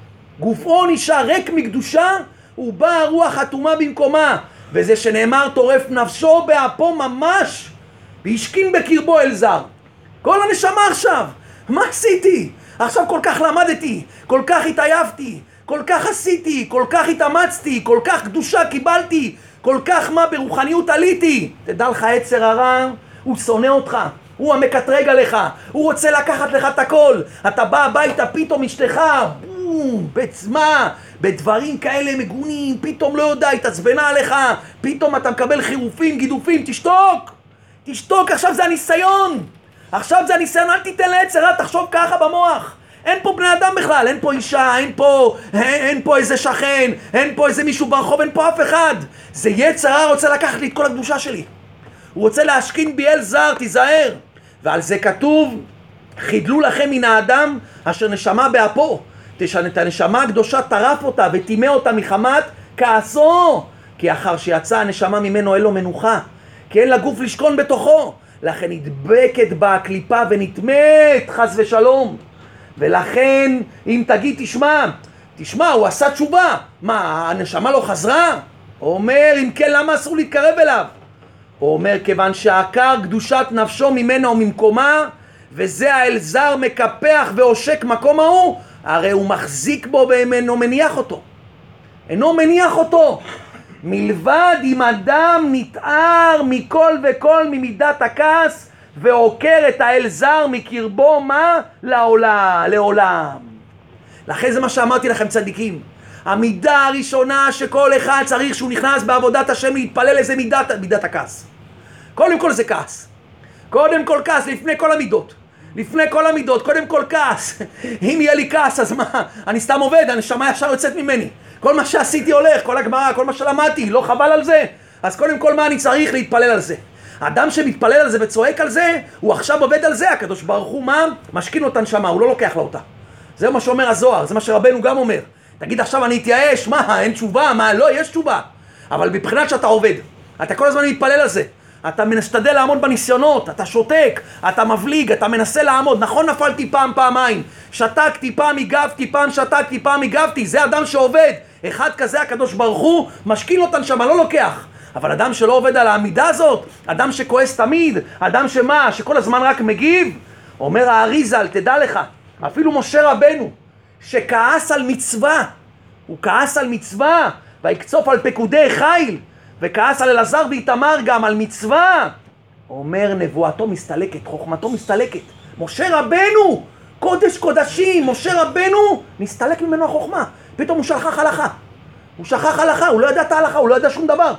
גופו נשאר ריק מקדושה, ובאה הרוח אטומה במקומה. וזה שנאמר טורף נפשו באפו ממש, והשכין בקרבו אל זר. כל הנשמה עכשיו, מה עשיתי? עכשיו כל כך למדתי, כל כך התעייפתי, כל כך עשיתי, כל כך התאמצתי, כל כך קדושה קיבלתי, כל כך מה ברוחניות עליתי. תדע לך, יצר הרע, הוא שונא אותך. הוא המקטרג עליך, הוא רוצה לקחת לך את הכל. אתה בא הביתה, פתאום אשתך, בום, בצמה, בדברים כאלה מגונים, פתאום לא יודע, התעצבנה עליך, פתאום אתה מקבל חירופים, גידופים, תשתוק, תשתוק, עכשיו זה הניסיון, עכשיו זה הניסיון, אל תיתן ליצר הרע, תחשוב ככה במוח. אין פה בני אדם בכלל, אין פה אישה, אין פה איזה שכן, אין פה איזה מישהו ברחוב, אין פה אף אחד. זה יצר הרע רוצה לקחת לי את כל הקדושה שלי. הוא רוצה להשכין בי אל זר, תיזהר. ועל זה כתוב, חידלו לכם מן האדם אשר נשמה באפו. את הנשמה הקדושה טרף אותה וטימא אותה מחמת כעסו. כי אחר שיצא הנשמה ממנו אין לו מנוחה, כי אין לגוף לשכון בתוכו. לכן נדבקת בה הקליפה ונטמאת, חס ושלום. ולכן אם תגיד תשמע, הוא עשה תשובה, מה, הנשמה לא חזרה? הוא אומר, אם כן, למה אסור להתקרב אליו? הוא אומר, כיוון שעקר קדושת נפשו ממנה וממקומה, וזה האלזר מקפח ועושק מקום ההוא, הרי הוא מחזיק בו ואינו מניח אותו. אינו מניח אותו. מלבד אם אדם נתאר מכל וכל ממידת הכעס, ועוקר את האלזר מקרבו מה? לעולם. לכן זה מה שאמרתי לכם צדיקים. המידה הראשונה שכל אחד צריך שהוא נכנס בעבודת השם להתפלל איזה מידת הכעס. קודם כל זה כעס. קודם כל כעס, לפני כל המידות. לפני כל המידות, קודם כל כעס. אם יהיה לי כעס, אז מה? אני סתם עובד, הנשמה ישר יוצאת ממני. כל מה שעשיתי הולך, כל הגמרא, כל מה שלמדתי, לא חבל על זה? אז קודם כל מה אני צריך? להתפלל על זה. האדם שמתפלל על זה וצועק על זה, הוא עכשיו עובד על זה. הקדוש ברוך הוא מה? משכין אותה נשמה, הוא לא לוקח לה אותה. זה מה שאומר הזוהר, זה מה שרבנו גם אומר. תגיד עכשיו אני אתייאש, מה? אין תשובה? מה? לא, יש תשובה. אבל מבחינת שאתה עובד, אתה כל הזמן מתפלל על זה. אתה משתדל לעמוד בניסיונות, אתה שותק, אתה מבליג, אתה מנסה לעמוד. נכון, נפלתי פעם, פעמיים, שתקתי, פעם הגבתי, פעם שתקתי, פעם הגבתי. זה אדם שעובד. אחד כזה הקדוש ברוך הוא משכין לו את הנשמה, לא לוקח. אבל אדם שלא עובד על העמידה הזאת, אדם שכועס תמיד, אדם שמה, שכל הזמן רק מגיב, אומר האריזל, תדע לך, אפילו משה רבנו, שכעס על מצווה, הוא כעס על מצווה, ויקצוף על פקודי חיל, וכעס על אלעזר ואיתמר גם על מצווה, אומר נבואתו מסתלקת, חוכמתו מסתלקת. משה רבנו, קודש קודשים, משה רבנו, מסתלק ממנו החוכמה. פתאום הוא שכח הלכה. הוא שכח הלכה, הוא לא ידע את ההלכה, הוא לא ידע שום דבר.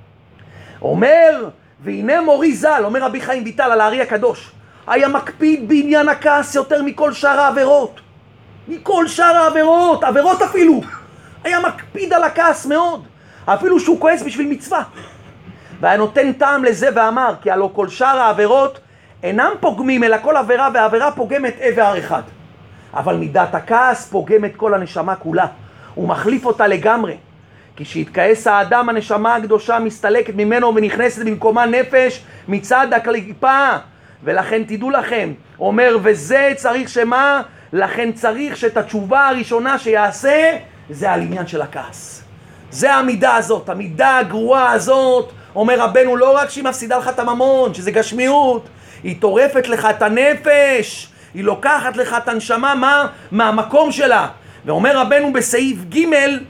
אומר, והנה מורי ז"ל, אומר רבי חיים ויטל על הארי הקדוש, היה מקפיד בעניין הכעס יותר מכל שאר העבירות. מכל שאר העבירות, עבירות אפילו. היה מקפיד על הכעס מאוד. אפילו שהוא כועס בשביל מצווה. והיה נותן טעם לזה ואמר, כי הלא כל שאר העבירות אינם פוגמים, אלא כל עבירה ועבירה פוגמת עבר אחד. אבל מידת הכעס פוגמת כל הנשמה כולה. הוא מחליף אותה לגמרי. כי שהתכעס האדם, הנשמה הקדושה מסתלקת ממנו ונכנסת במקומה נפש מצד הקליפה. ולכן תדעו לכם, אומר, וזה צריך שמה? לכן צריך שאת התשובה הראשונה שיעשה, זה על עניין של הכעס. זה המידה הזאת, המידה הגרועה הזאת. אומר רבנו, לא רק שהיא מפסידה לך את הממון, שזה גשמיות, היא טורפת לך את הנפש, היא לוקחת לך את הנשמה מהמקום שלה. ואומר רבנו בסעיף ג',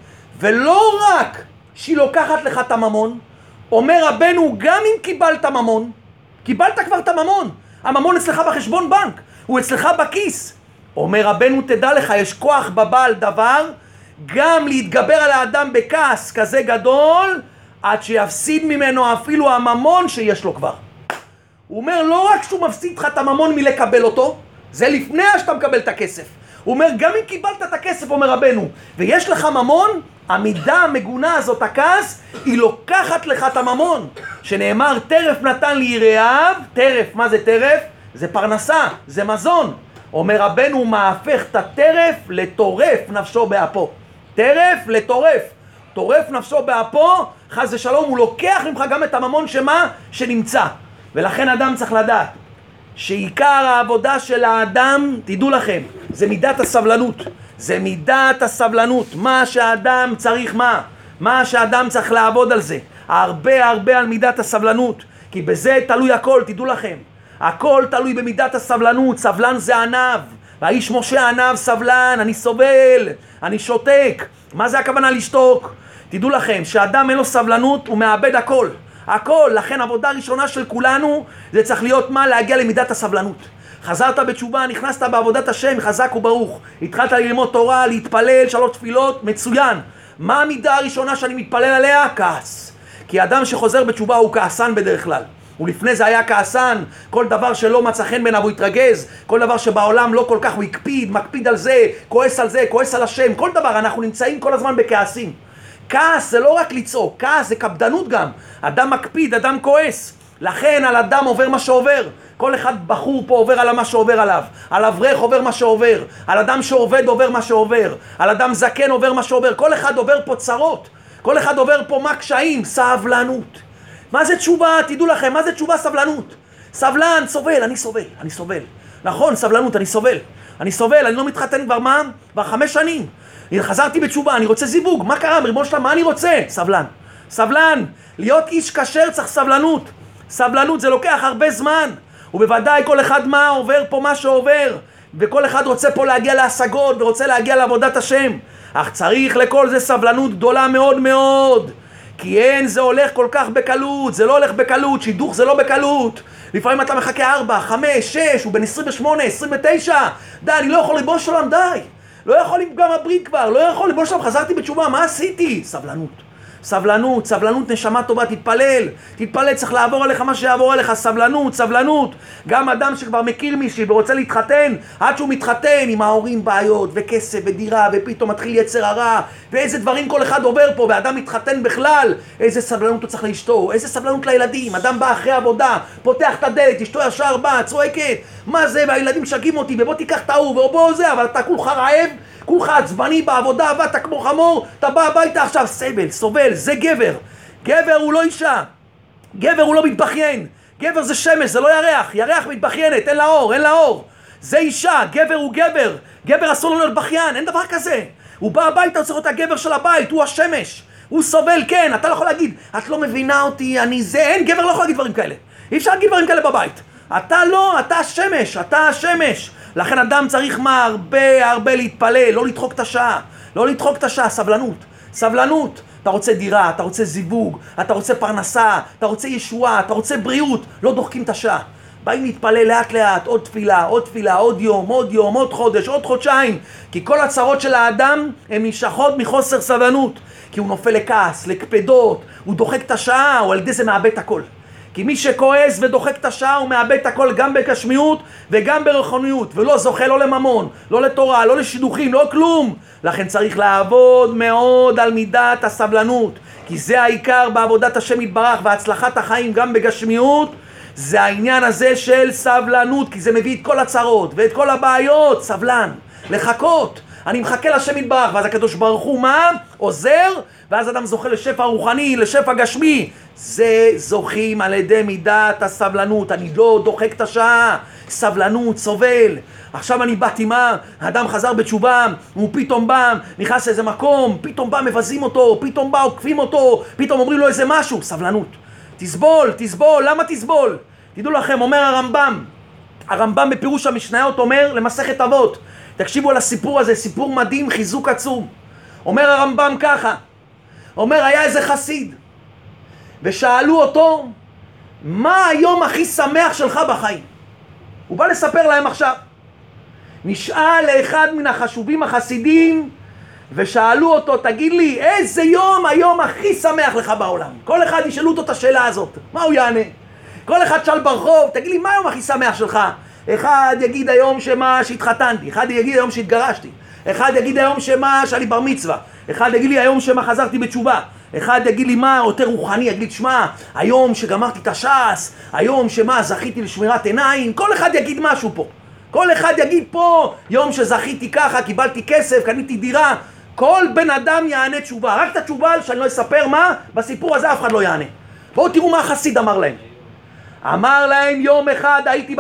ולא רק שהיא לוקחת לך את הממון, אומר רבנו, גם אם קיבלת ממון, קיבלת כבר את הממון, הממון אצלך בחשבון בנק, הוא אצלך בכיס. אומר רבנו, תדע לך, יש כוח בבעל דבר, גם להתגבר על האדם בכעס כזה גדול, עד שיפסיד ממנו אפילו הממון שיש לו כבר. הוא אומר, לא רק שהוא מפסיד לך את הממון מלקבל אותו, זה לפני שאתה מקבל את הכסף. הוא אומר, גם אם קיבלת את הכסף, אומר רבנו, ויש לך ממון, המידה המגונה הזאת, הכעס, היא לוקחת לך את הממון. שנאמר, טרף נתן לי יראיו, טרף, מה זה טרף? זה פרנסה, זה מזון. אומר רבנו, הוא מהפך את הטרף לטורף נפשו באפו. טרף לטורף. טורף נפשו באפו, חס ושלום, הוא לוקח ממך גם את הממון שמה? שנמצא. ולכן אדם צריך לדעת שעיקר העבודה של האדם, תדעו לכם, זה מידת הסבלנות. זה מידת הסבלנות. מה שהאדם צריך מה שהאדם צריך לעבוד על זה. הרבה הרבה על מידת הסבלנות. כי בזה תלוי הכל, תדעו לכם. הכל תלוי במידת הסבלנות. סבלן זה ענב. והאיש משה ענב סבלן, אני סובל, אני שותק. מה זה הכוונה לשתוק? תדעו לכם, שאדם אין לו סבלנות, הוא מאבד הכל. הכל, לכן עבודה ראשונה של כולנו, זה צריך להיות מה? להגיע למידת הסבלנות. חזרת בתשובה, נכנסת בעבודת השם, חזק וברוך. התחלת ללמוד תורה, להתפלל, 3 תפילות, מצוין. מה המידה הראשונה שאני מתפלל עליה? כעס. כי אדם שחוזר בתשובה הוא כעסן בדרך כלל. ולפני זה היה כעסן, כל דבר שלא מצא חן בעיניו הוא התרגז, כל דבר שבעולם לא כל כך הוא הקפיד, מקפיד על זה, כועס על זה, כועס על השם, כל דבר, אנחנו נמצאים כל הזמן בכעסים. כעס זה לא רק לצעוק, כעס זה קפדנות גם. אדם מקפיד, אדם כועס. לכן על אדם עובר מה שעובר. כל אחד בחור פה עובר על מה שעובר עליו. על אברך עובר מה שעובר. על אדם שעובד עובר מה שעובר. על אדם זקן עובר מה שעובר. כל אחד עובר פה צרות. כל אחד עובר פה מה קשיים? סבלנות. מה זה תשובה? תדעו לכם, מה זה תשובה? סבלנות. סבלן, סובל, אני סובל, אני סובל. נכון, סבלנות, אני סובל. אני סובל, אני לא מתחתן כבר מה? כבר 5 שנים. חזרתי בתשובה, אני רוצה זיווג. מה קרה? ריבונו של עולם, מה אני רוצה? סבלן. סבלן. להיות איש כשר צריך סבלנות. סבלנות זה לוקח הרבה זמן. ובוודאי כל אחד מה עובר פה מה שעובר. וכל אחד רוצה פה להגיע להשגות ורוצה להגיע לעבודת השם. אך צריך לכל זה סבלנות גדולה מאוד מאוד. כי אין זה הולך כל כך בקלות. זה לא הולך בקלות. שידוך זה לא בקלות. לפעמים אתה מחכה 4, 5, 6, הוא בן 28, 29. די, אני לא יכול ריבונו של עולם, די. לא יכול לפגם הברית כבר, לא יכול, ריבונו של עולם, חזרתי בתשובה, מה עשיתי? סבלנות. סבלנות, סבלנות, נשמה טובה, תתפלל. תתפלל, צריך לעבור עליך מה שיעבור עליך, סבלנות, סבלנות. גם אדם שכבר מכיר מישהי ורוצה להתחתן, עד שהוא מתחתן עם ההורים בעיות, וכסף ודירה, ופתאום מתחיל יצר הרע, ואיזה דברים כל אחד עובר פה, ואדם מתחתן בכלל, איזה סבלנות הוא צריך לאשתו, איזה סבלנות לילדים, אדם בא אחרי עבודה, פותח את הדלת, אשתו ישר באה, צועקת, מה זה, והילדים שגים אותי, ובוא תיקח את ההוא, ובוא זה, אבל אתה כולך רעב, כולך עצבני בעבודה, עבדת כמו חמור, אתה בא הביתה עכשיו, סבל, סובל, זה גבר. גבר הוא לא אישה. גבר הוא לא מתבכיין. גבר זה שמש, זה לא ירח. ירח מתבכיינת, אין לה אור, אין לה אור. זה אישה, גבר הוא גבר. גבר אסור לו להיות בכיין, אין דבר כזה. הוא בא הביתה, הוא צריך להיות הגבר של הבית, הוא השמש. הוא סובל, כן, אתה לא יכול להגיד, את לא מבינה אותי, אני זה, אין, גבר לא יכול להגיד דברים כאלה. אי אפשר להגיד דברים כאלה בבית. אתה לא, אתה השמש, אתה השמש. לכן אדם צריך הרבה להתפלל, לא לדחוק את השעה. לא לדחוק את השעה, סבלנות. סבלנות. אתה רוצה דירה, אתה רוצה זיווג, אתה רוצה פרנסה, אתה רוצה ישועה, אתה רוצה בריאות, לא דוחקים את השעה. באים להתפלל לאט לאט, עוד תפילה, עוד יום, עוד חודש, עוד חודשיים. כי כל הצרות של האדם הן נשכחות מחוסר סבלנות. כי הוא נופל לכעס, לקפדות, הוא דוחק את השעה, הוא על ידי זה מאבד הכל. כי מי שכועס ודוחק את השעה הוא מאבד את הכל גם בגשמיות וגם ברוחניות, ולא זוכה לא לממון, לא לתורה, לא לשידוכים, לא כלום. לכן צריך לעבוד מאוד על מידת הסבלנות, כי זה העיקר בעבודת השם יתברך והצלחת החיים גם בגשמיות. זה העניין הזה של סבלנות, כי זה מביא את כל הצרות ואת כל הבעיות. סבלן, לחכות. אני מחכה לשם יתברך, ואז הקדוש ברוך הוא מה? עוזר, ואז אדם זוכה לשפע רוחני, לשפע גשמי. זה זוכים על ידי מידת הסבלנות. אני לא דוחק את השעה. סבלנות, סובל. עכשיו אני באתי מה? האדם חזר בתשובה, הוא פתאום בא, נכנס לאיזה מקום, פתאום בא מבזים אותו, פתאום בא עוקפים אותו, פתאום אומרים לו איזה משהו. סבלנות. תסבול, למה תסבול? תדעו לכם, אומר הרמב"ם בפירוש המשניות אומר למסכת אבות. תקשיבו על הסיפור הזה, סיפור מדהים, חיזוק עצום. אומר הרמב"ם ככה, אומר היה איזה חסיד, ושאלו אותו, מה היום הכי שמח שלך בחיים? הוא בא לספר להם עכשיו. נשאל לאחד מן החשובים החסידים, ושאלו אותו, תגיד לי, איזה יום היום הכי שמח לך בעולם? כל אחד ישאלו אותו את השאלה הזאת, מה הוא יענה? כל אחד שאל ברחוב, תגיד לי, מה היום הכי שמח שלך? אחד יגיד היום שהתחתנתי, אחד יגיד היום שהתגרשתי, אחד יגיד היום שהיה לי בר מצווה, אחד יגיד לי היום חזרתי בתשובה, אחד יגיד לי מה יותר רוחני, יגיד שמה, היום שגמרתי את הש"ס, היום זכיתי לשמירת עיניים, כל אחד יגיד משהו פה. כל אחד יגיד פה, יום שזכיתי ככה, קיבלתי כסף, קניתי דירה. כל בן אדם יענה תשובה. רק את התשובה שאני לא אספר מה, בסיפור הזה אף אחד לא יענה. בואו תראו מה החסיד אמר להם. אמר להם, יום אחד הייתי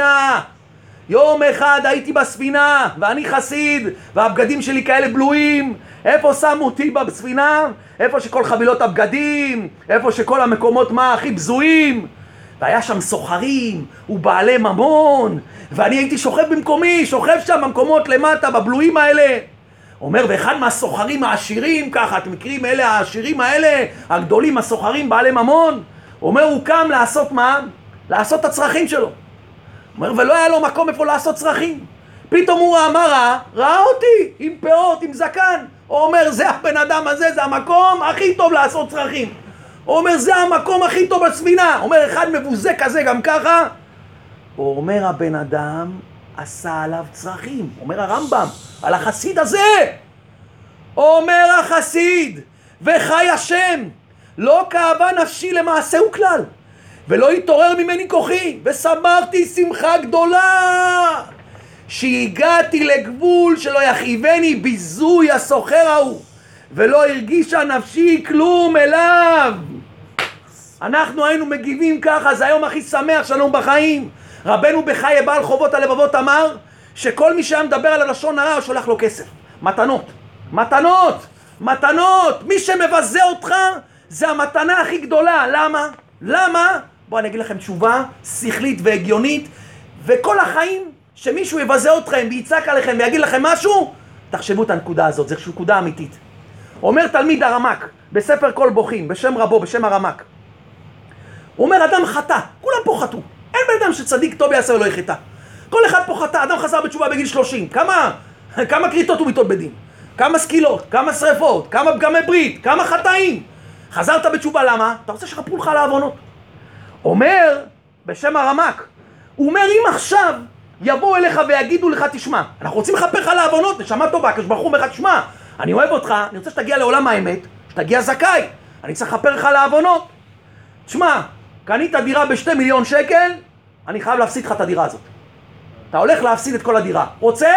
בספינה, ואני חסיד, והבגדים שלי כאלה בלויים. איפה שמו אותי בספינה? איפה שכל חבילות הבגדים, איפה שכל המקומות הכי בזויים. והיה שם סוחרים ובעלי ממון, ואני הייתי שוכב במקומי, שוכב שם במקומות למטה, בבלויים האלה. אומר, ואחד מהסוחרים העשירים, ככה, אתם מכירים, אלה העשירים האלה, הגדולים, הסוחרים, בעלי ממון, אומר, הוא קם לעשות מה? לעשות את הצרכים שלו. אומר, ולא היה לו מקום איפה לעשות צרכים. פתאום הוא ראה אותי, עם פאות, עם זקן. הוא אומר, זה הבן אדם הזה, זה המקום הכי טוב לעשות צרכים. הוא אומר, זה המקום הכי טוב בספינה. אומר, אחד מבוזה כזה גם ככה. הוא אומר, הבן אדם עשה עליו צרכים. אומר הרמב"ם, על החסיד הזה. אומר החסיד, וחי השם, לא כאבה נפשי למעשהו כלל, ולא התעורר ממני כוחי, ושמחתי שמחה גדולה, שהגעתי לגבול שלא יחייבני ביזוי הסוחר ההוא, ולא הרגישה נפשי כלום אליו. אנחנו היינו מגיבים ככה, זה היום הכי שמח שלנו בחיים. רבנו בחיי בעל חובות הלבבות אמר שכל מי שהיה מדבר על הלשון הרע, הוא שולח לו כסף, מתנות. מי שמבזה אותך זה המתנה הכי גדולה. למה? בואו אני אגיד לכם תשובה שכלית והגיונית. וכל החיים שמישהו יבזה אתכם ויצעק עליכם ויגיד לכם משהו, תחשבו את הנקודה הזאת, זו נקודה אמיתית. אומר תלמיד הרמק בספר כל בוכים, בשם רבו, בשם הרמק, הוא אומר, אדם חטא, כולם פה חטאו, אין בן אדם שצדיק טוב יעשה ולא יחטא. כל אחד פה חטא, אדם חזר בתשובה בגיל 30, כמה קריטות ומיתות בדין, כמה סקילות, כמה שריפות, כמה פגמי ברית, כמה חטאים. חזרת בתשובה, למה? אתה רוצה שחפרו לך לעוונות. אומר, בשם הרמק, הוא אומר, אם עכשיו יבואו אליך ויגידו לך, תשמע, אנחנו רוצים לחפר לך לעוונות, נשמה טובה, כשברוך הוא אומר לך, תשמע, אני אוהב אותך, אני רוצה שתגיע לעולם האמת, שתגיע זכאי, אני צריך לחפר לך לעוונות. תשמע, קנית דירה ב2 מיליון שקל, אני חייב להפסיד לך את הדירה הזאת. אתה הולך להפסיד את כל הדירה. רוצה?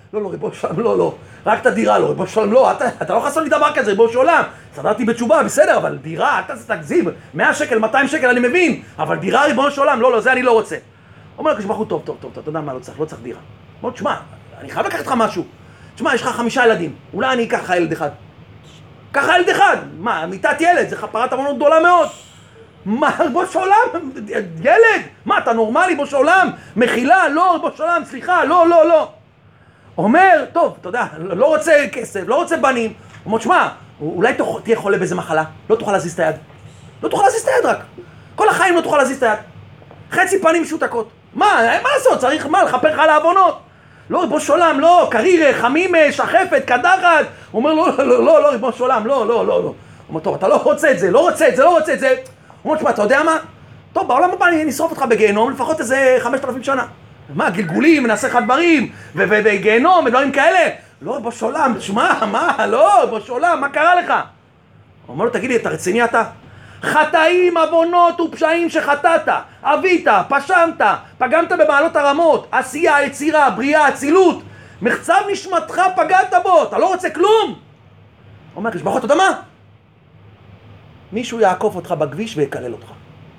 לא, ריבונו של עולם, לא. רק את הדירה, לא, ריבונו של עולם, לא, אתה לא חסר לי דבר כזה, ריבונו של עולם. סדרתי בתשובה, בסדר, אבל דירה, אתה תגזים, 100 שקל, 200 שקל, אני מבין, אבל דירה, ריבונו של עולם, לא, זה אני לא רוצה. אומר הקדוש ברוך הוא, טוב, אתה יודע מה, לא צריך דירה. אומר, תשמע, אני חייב לקחת לך משהו. תשמע, יש לך 5 ילדים, אולי אני אקח לך ילד אחד. ככה ילד אחד, מה, מיטת ילד, זה חפרת עוונות גדולה מאוד. מה, ריבונו של עולם, ילד, מה, אתה נורמלי, ריבונו של עולם? מחילה, לא, ריבונו של עולם, סליחה, לא. אומר, טוב, אתה יודע, לא רוצה כסף, לא רוצה בנים. אומר, תשמע, אולי תהיה חולה באיזה מחלה, לא תוכל להזיז את היד. לא תוכל להזיז את היד רק. כל החיים לא תוכל להזיז את היד. חצי פנים משותקות. מה לעשות? צריך מה? לחפר לך על העוונות. לא, ריבונו של עולם, לא, קריר, חמים, שחפת, קדחת. הוא אומר, לא, ריבונו של עולם, לא. הוא אומר, טוב, אתה לא רוצה את זה. הוא אומר, תשמע, אתה יודע מה? טוב, בעולם הבא אני נשרוף אותך בגיהנום לפחות איזה 5,000 שנה. מה, גלגולים, נעשה לך דברים, וגיהנום, ודברים כאלה. לא, ריבונו של עולם, תשמע, מה, לא, ריבונו של עולם, מה קרה לך? הוא אומר לו, תגיד לי, אתה רציני אתה? חטאים, עוונות ופשעים שחטאת, אבית, פשמת, פגמת במעלות הרמות, עשייה, יצירה, בריאה, אצילות, מחצב נשמתך פגעת בו, אתה לא רוצה כלום? הוא אומר, ברוך אתה יודע מה? מישהו יעקוף אותך בכביש ויקלל אותך.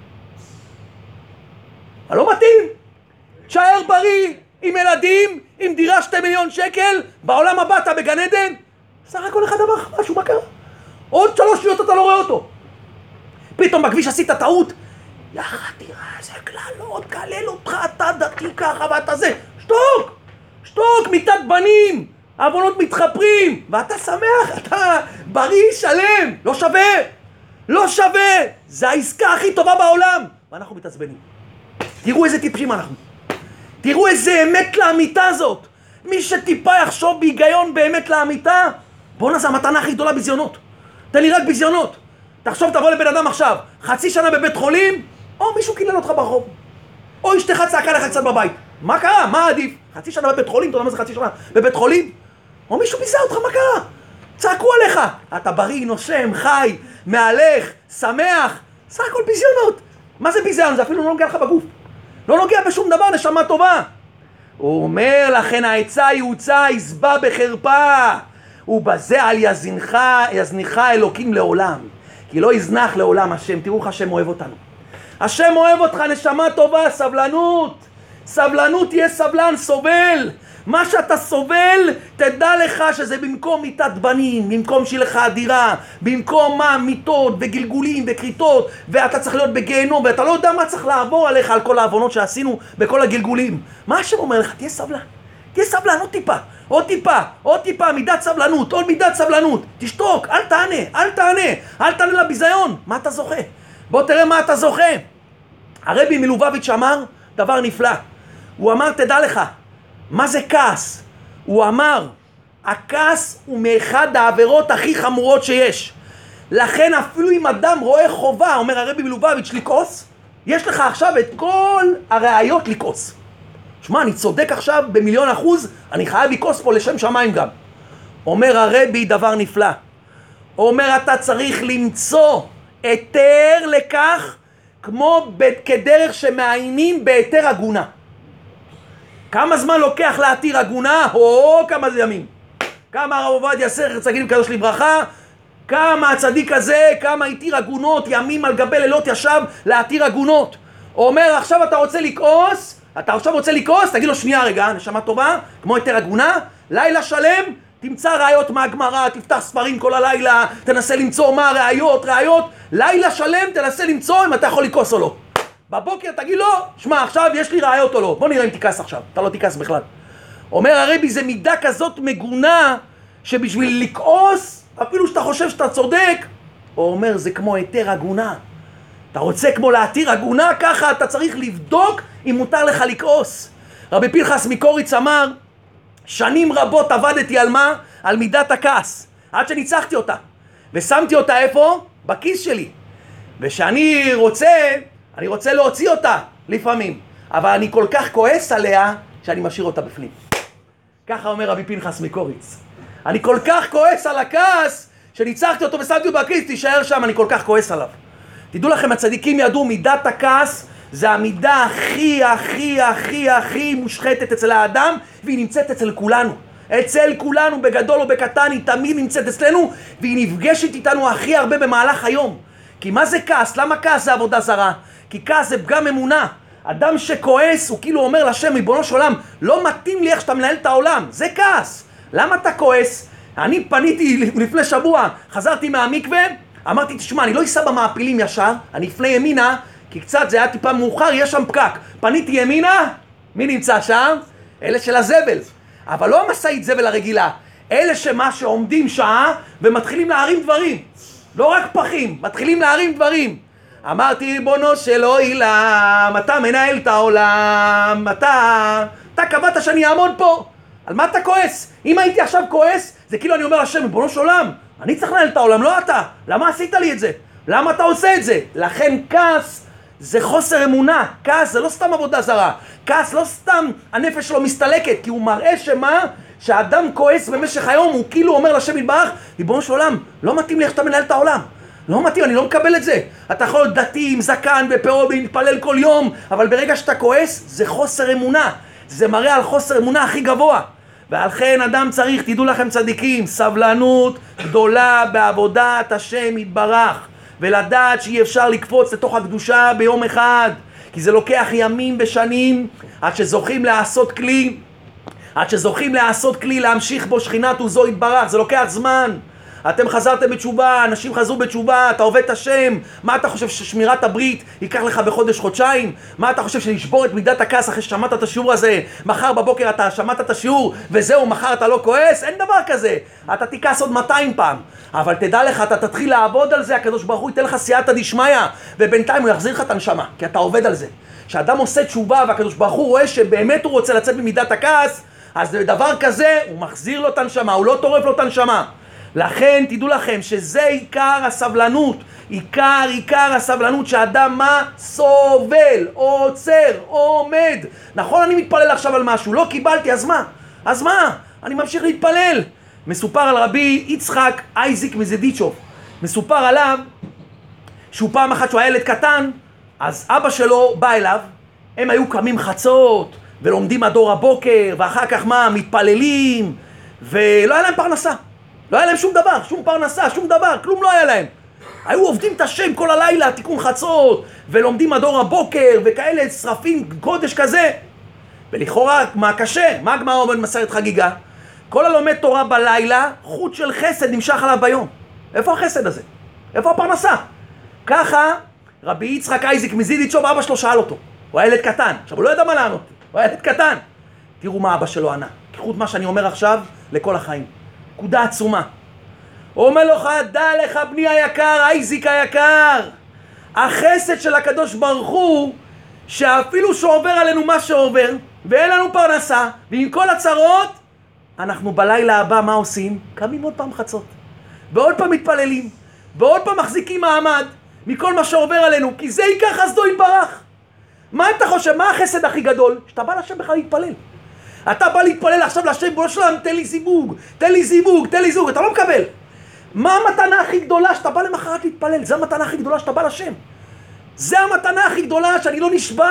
לא מתאים. תשאר בריא, עם ילדים, עם דירה 2 מיליון שקל, בעולם הבא אתה בגן עדן, סך הכל אחד דבר משהו, מה קרה? עוד 3 שניות אתה לא רואה אותו. פתאום בכביש עשית טעות, יחד תראה איזה כללות, כלל אותך, אתה דתי ככה ואתה זה, שתוק, מיטת בנים, העוונות מתחפרים, ואתה שמח, אתה בריא, שלם, לא שווה, זה העסקה הכי טובה בעולם, ואנחנו מתעצבנים. תראו איזה טיפשים אנחנו, תראו איזה אמת לאמיתה הזאת, מי שטיפה יחשוב בהיגיון באמת לאמיתה, בוא נעשה המתנה הכי גדולה בזיונות, תן לי רק בזיונות. תחשוב, תבוא לבן אדם עכשיו, 0.5 שנה בבית חולים, או מישהו קילל אותך ברחוב, או אשתך צעקה לך קצת בבית. מה קרה? מה עדיף? 0.5 שנה בבית חולים, אתה יודע מה זה 0.5 שנה בבית חולים? או מישהו ביזה אותך, מה קרה? צעקו עליך. אתה בריא, נושם, חי, מהלך, שמח, סך הכל ביזיונות. מה זה ביזיון? זה אפילו לא נוגע לך בגוף. לא נוגע בשום דבר, נשמה טובה. הוא אומר לכן, העצה יוצא, יסבע בחרפה, ובזה על יזניך אלוקים לעולם. כי לא יזנח לעולם השם. תראו איך השם אוהב אותנו. השם אוהב אותך, נשמה טובה, סבלנות, תהיה סבלן, סובל. מה שאתה סובל, תדע לך שזה במקום מיטת בנים, במקום שיהיה לך דירה, במקום מה, מיטות וגלגולים וקריטות, ואתה צריך להיות בגיהנום, ואתה לא יודע מה צריך לעבור עליך על כל העוונות שעשינו בכל הגלגולים. מה השם אומר לך? תהיה סבלן, עוד טיפה, מידת סבלנות, עוד מידת סבלנות. תשתוק, אל תענה לביזיון. מה אתה זוכה? בוא תראה מה אתה זוכה. הרבי מלובביץ' אמר דבר נפלא. הוא אמר, תדע לך, מה זה כעס? הוא אמר, הכעס הוא מאחד העבירות הכי חמורות שיש. לכן אפילו אם אדם רואה חובה, אומר הרבי מלובביץ', לכעוס, יש לך עכשיו את כל הראיות לכעוס. שמע, אני צודק עכשיו ב1,000,000%, אני חייב לכעוס פה לשם שמיים גם. אומר הרבי דבר נפלא. אומר, אתה צריך למצוא היתר לכך, כמו כדרך שמעיינים בהיתר עגונה. כמה זמן לוקח להתיר עגונה? כמה זה ימים. כמה הרב עובדיה יוסף צדיק קדוש לברכה, כמה הצדיק הזה, כמה התיר עגונות, ימים על גבי לילות ישב להתיר עגונות. אומר, עכשיו אתה רוצה לכעוס, תגיד לו שנייה רגע, נשמה טובה, כמו היתר עגונה, לילה שלם, תמצא ראיות מהגמרא, תפתח ספרים כל הלילה, תנסה למצוא מה ראיות, לילה שלם תנסה למצוא אם אתה יכול לכעוס או לא. בבוקר תגיד לו, שמע, עכשיו יש לי ראיות או לא, בוא נראה אם תכעס עכשיו, אתה לא תכעס בכלל. אומר הרבי, זה מידה כזאת מגונה, שבשביל לכעוס, אפילו שאתה חושב שאתה צודק, הוא אומר, זה כמו היתר עגונה. אתה רוצה כמו להתיר עגונה ככה, אתה צריך לבדוק אם מותר לך לכעוס. רבי פנחס מקוריץ אמר, שנים רבות עבדתי על מה? על מידת הכעס, עד שניצחתי אותה. ושמתי אותה איפה? בכיס שלי. ושאני רוצה להוציא אותה לפעמים, אבל אני כל כך כועס עליה שאני משאיר אותה בפנים. ככה אומר רבי פנחס מקוריץ. אני כל כך כועס על הכעס שניצחתי אותו ושמתי אותו בכיס, תישאר שם, אני כל כך כועס עליו. תדעו לכם, הצדיקים ידעו, מידת הכעס זה המידה הכי מושחתת אצל האדם, והיא נמצאת אצל כולנו. אצל כולנו, בגדול או בקטן, היא תמיד נמצאת אצלנו, והיא נפגשת איתנו הכי הרבה במהלך היום. כי מה זה כעס? למה כעס זה עבודה זרה? כי כעס זה פגם אמונה. אדם שכועס הוא כאילו אומר לשם, ריבונו של עולם, לא מתאים לי איך שאתה מנהל את העולם. זה כעס. למה אתה כועס? אני פניתי לפני שבוע, חזרתי מהמקווה, אמרתי, תשמע, אני לא אסע במעפילים ישר, אני אפנה ימינה, כי קצת זה היה טיפה מאוחר, יש שם פקק. פניתי ימינה, מי נמצא שם? אלה של הזבל. אבל לא המסעית זבל הרגילה, אלה שעומדים שעה ומתחילים להרים דברים. לא רק פחים, מתחילים להרים דברים. אמרתי, ריבונו של עולם, אתה מנהל את העולם, אתה קבעת שאני אעמוד פה. על מה אתה כועס? אם הייתי עכשיו כועס, זה כאילו אני אומר השם, ריבונו של עולם, אני צריך לנהל את העולם, לא אתה. למה עשית לי את זה? למה אתה עושה את זה? לכן כעס זה חוסר אמונה. כעס זה לא סתם עבודה זרה. כעס לא סתם הנפש שלו מסתלקת, כי הוא מראה שהאדם כועס במשך היום, הוא כאילו אומר לשם יתברך, ריבונו של עולם, לא מתאים לי איך שאתה מנהל את העולם. לא מתאים, אני לא מקבל את זה. אתה יכול להיות דתי עם זקן ופאות ולהתפלל כל יום, אבל ברגע שאתה כועס, זה חוסר אמונה. זה מראה על חוסר אמונה הכי גבוה. ועל כן אדם צריך, תדעו לכם צדיקים, סבלנות גדולה בעבודת השם יתברך, ולדעת שאי אפשר לקפוץ לתוך הקדושה ביום אחד, כי זה לוקח ימים ושנים עד שזוכים לעשות כלי, להמשיך בו שכינת וזו יתברך. זה לוקח זמן. אתם חזרתם בתשובה, אנשים חזרו בתשובה, אתה עובד את השם. מה אתה חושב ששמירת הברית ייקח לך בחודש, חודשיים? מה אתה חושב שנשבור את מידת הכעס אחרי ששמעת את השיעור הזה? מחר בבוקר אתה שמעת את השיעור וזהו, מחר אתה לא כועס? אין דבר כזה. אתה תיקס עוד 200 פעם. אבל תדע לך, אתה תתחיל לעבוד על זה, הקדוש ברוך הוא ייתן לך סייעתא דשמיא, ובינתיים הוא יחזיר לך את הנשמה, כי אתה עובד על זה. כשאדם עושה תשובה והקדוש ברוך הוא רואה שבאמת הוא רוצה לצאת ממידת הכעס, אז דבר כזה הוא מחזיר לו את הנשמה, הוא לא טורף לו את הנשמה. לכן תדעו לכם שזה עיקר הסבלנות, עיקר הסבלנות, שאדם מה? סובל, או עוצר, או עומד. נכון, אני מתפלל עכשיו על משהו, לא קיבלתי, אז מה? אני ממשיך להתפלל. מסופר על רבי יצחק אייזיק מזדיצ'וב, מסופר עליו שהוא פעם אחת שהוא היה ילד קטן, אז אבא שלו בא אליו, הם היו קמים חצות ולומדים עד אור הבוקר, ואחר כך מה? מתפללים, ולא היה להם פרנסה. לא היה להם שום דבר, שום פרנסה, שום דבר, כלום לא היה להם. היו עובדים את השם כל הלילה, תיקון חצות, ולומדים עד אור הבוקר, וכאלה שרפים קודש כזה. ולכאורה, מה קשה? מה הגמרא אומרת במסכת חגיגה? כל הלומד תורה בלילה, חוט של חסד נמשך עליו ביום. איפה החסד הזה? איפה הפרנסה? ככה, רבי יצחק אייזיק מזדיצ'וב, אבא שלו שאל אותו. הוא היה ילד קטן. עכשיו, הוא לא ידע מה לענות. הוא היה ילד קטן. תראו מה אבא שלו ענה. קחו את מה שאני אומר עכשיו לכל החיים. נקודה עצומה. הוא אומר לך, דע לך בני היקר, אייזיק היקר, החסד של הקדוש ברוך הוא, שאפילו שעובר עלינו מה שעובר, ואין לנו פרנסה, ועם כל הצרות, אנחנו בלילה הבא מה עושים? קמים עוד פעם חצות, ועוד פעם מתפללים, ועוד פעם מחזיקים מעמד, מכל מה שעובר עלינו, כי זה עיקר חסדו יתברך. מה אתה חושב? מה החסד הכי גדול? שאתה בא לשם בכלל להתפלל. אתה בא להתפלל עכשיו לשם, בוא שלם, תן לי זיווג, אתה לא מקבל. מה המתנה הכי גדולה שאתה בא למחרת להתפלל? זה המתנה הכי גדולה שאתה בא לשם. זה המתנה הכי גדולה שאני לא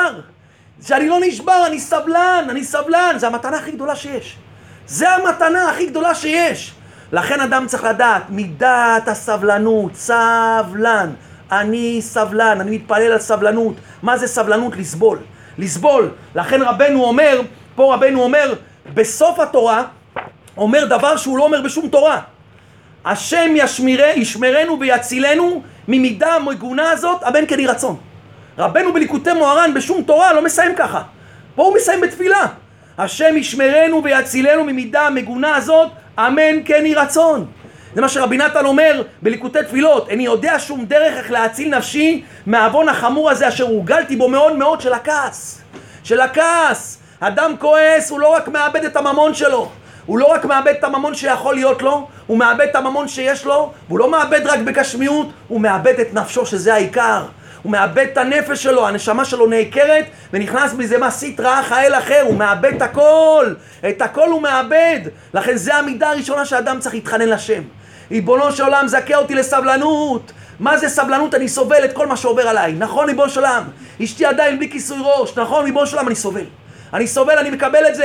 נשבר, אני סבלן, זה המתנה הכי גדולה שיש. זה המתנה הכי גדולה שיש. לכן אדם צריך לדעת, מידת הסבלנות, סבלן, אני סבלן, אני מתפלל על סבלנות. מה זה סבלנות? לסבול. לכן רבנו אומר, בסוף התורה, אומר דבר שהוא לא אומר בשום תורה. השם ישמרנו ויצילנו ממידה המגונה הזאת, אמן כן יהי רצון. רבנו בליקוטי מוהר"ן בשום תורה לא מסיים ככה. פה הוא מסיים בתפילה. השם ישמרנו ויצילנו ממידה המגונה הזאת, אמן כן יהי רצון. זה מה שרבי נתן אומר בליקוטי תפילות. אני יודע שום דרך איך להציל נפשי מהעוון החמור הזה אשר הורגלתי בו מאוד מאוד, של הכעס. אדם כועס, הוא לא רק מאבד את הממון שלו, הוא לא רק מאבד את הממון שיכול להיות לו, הוא מאבד את הממון שיש לו, והוא לא מאבד רק בגשמיות, הוא מאבד את נפשו שזה העיקר. הוא מאבד את הנפש שלו, הנשמה שלו נעקרת, ונכנס בזה מה סטרא חייל אחר, הוא מאבד את הכל הוא מאבד. לכן זה המידה הראשונה שאדם צריך להתחנן לשם. ריבונו של עולם, זכה אותי לסבלנות. מה זה סבלנות? אני סובל את כל מה שעובר עליי. נכון, ריבונו של עולם, אשתי עדיין בלי כיסוי ראש. נכון, ריבונו של עולם, אני סובל, אני מקבל את זה.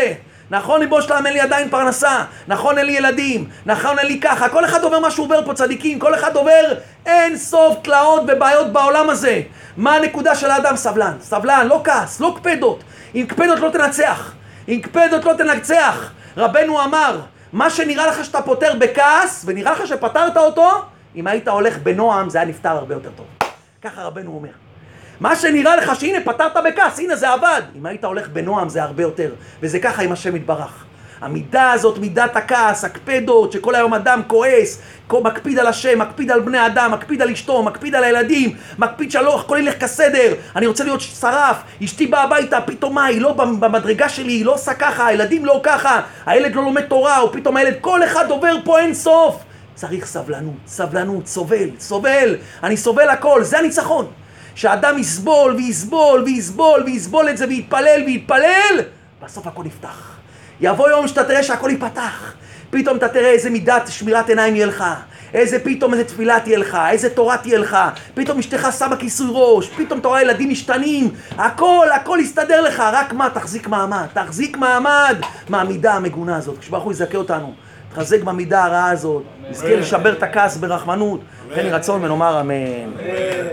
נכון, ליבו שלהם, אין לי עדיין פרנסה. נכון, אין לי ילדים. נכון, אין לי ככה. כל אחד עובר מה שהוא עובר פה, צדיקים. כל אחד עובר אין סוף תלאות ובעיות בעולם הזה. מה הנקודה של האדם? סבלן. סבלן, לא כעס, לא קפדות. עם קפדות לא תנצח. עם קפדות לא תנצח. רבנו אמר, מה שנראה לך שאתה פותר בכעס, ונראה לך שפתרת אותו, אם היית הולך בנועם, זה היה נפתר הרבה יותר טוב. ככה רבנו אומר. מה שנראה לך שהנה פתרת בכעס, הנה זה עבד. אם היית הולך בנועם זה הרבה יותר. וזה ככה עם השם יתברך. המידה הזאת, מידת הכעס, הקפדות, שכל היום אדם כועס, מקפיד על השם, מקפיד על בני אדם, מקפיד על אשתו, מקפיד על הילדים, מקפיד שלא, הכל ילך כסדר, אני רוצה להיות שרף, אשתי באה הביתה, פתאום מה, היא לא במדרגה שלי, היא לא עושה ככה, הילדים לא ככה, הילד לא לומד תורה, או פתאום הילד, כל אחד עובר פה אין סוף. צריך סבלנות, סבלנות, סובל, אני סובל הכל, זה הניצחון. שהאדם יסבול ויסבול ויסבול ויסבול את זה ויתפלל, בסוף הכל נפתח. יבוא יום שאתה תראה שהכל ייפתח. פתאום אתה תראה איזה מידת שמירת עיניים יהיה לך, פתאום איזה תפילה תהיה לך, איזה תורה תהיה לך, פתאום אשתך שמה כיסוי ראש, פתאום אתה רואה ילדים משתנים, הכל יסתדר לך, רק מה? תחזיק מעמד מהמידה המגונה הזאת. כשברוך הוא יזכה אותנו, תחזק במידה הרעה הזאת, נזכה לשבר את הכעס ברחמנות, תן לי רצון ונאמר אמן.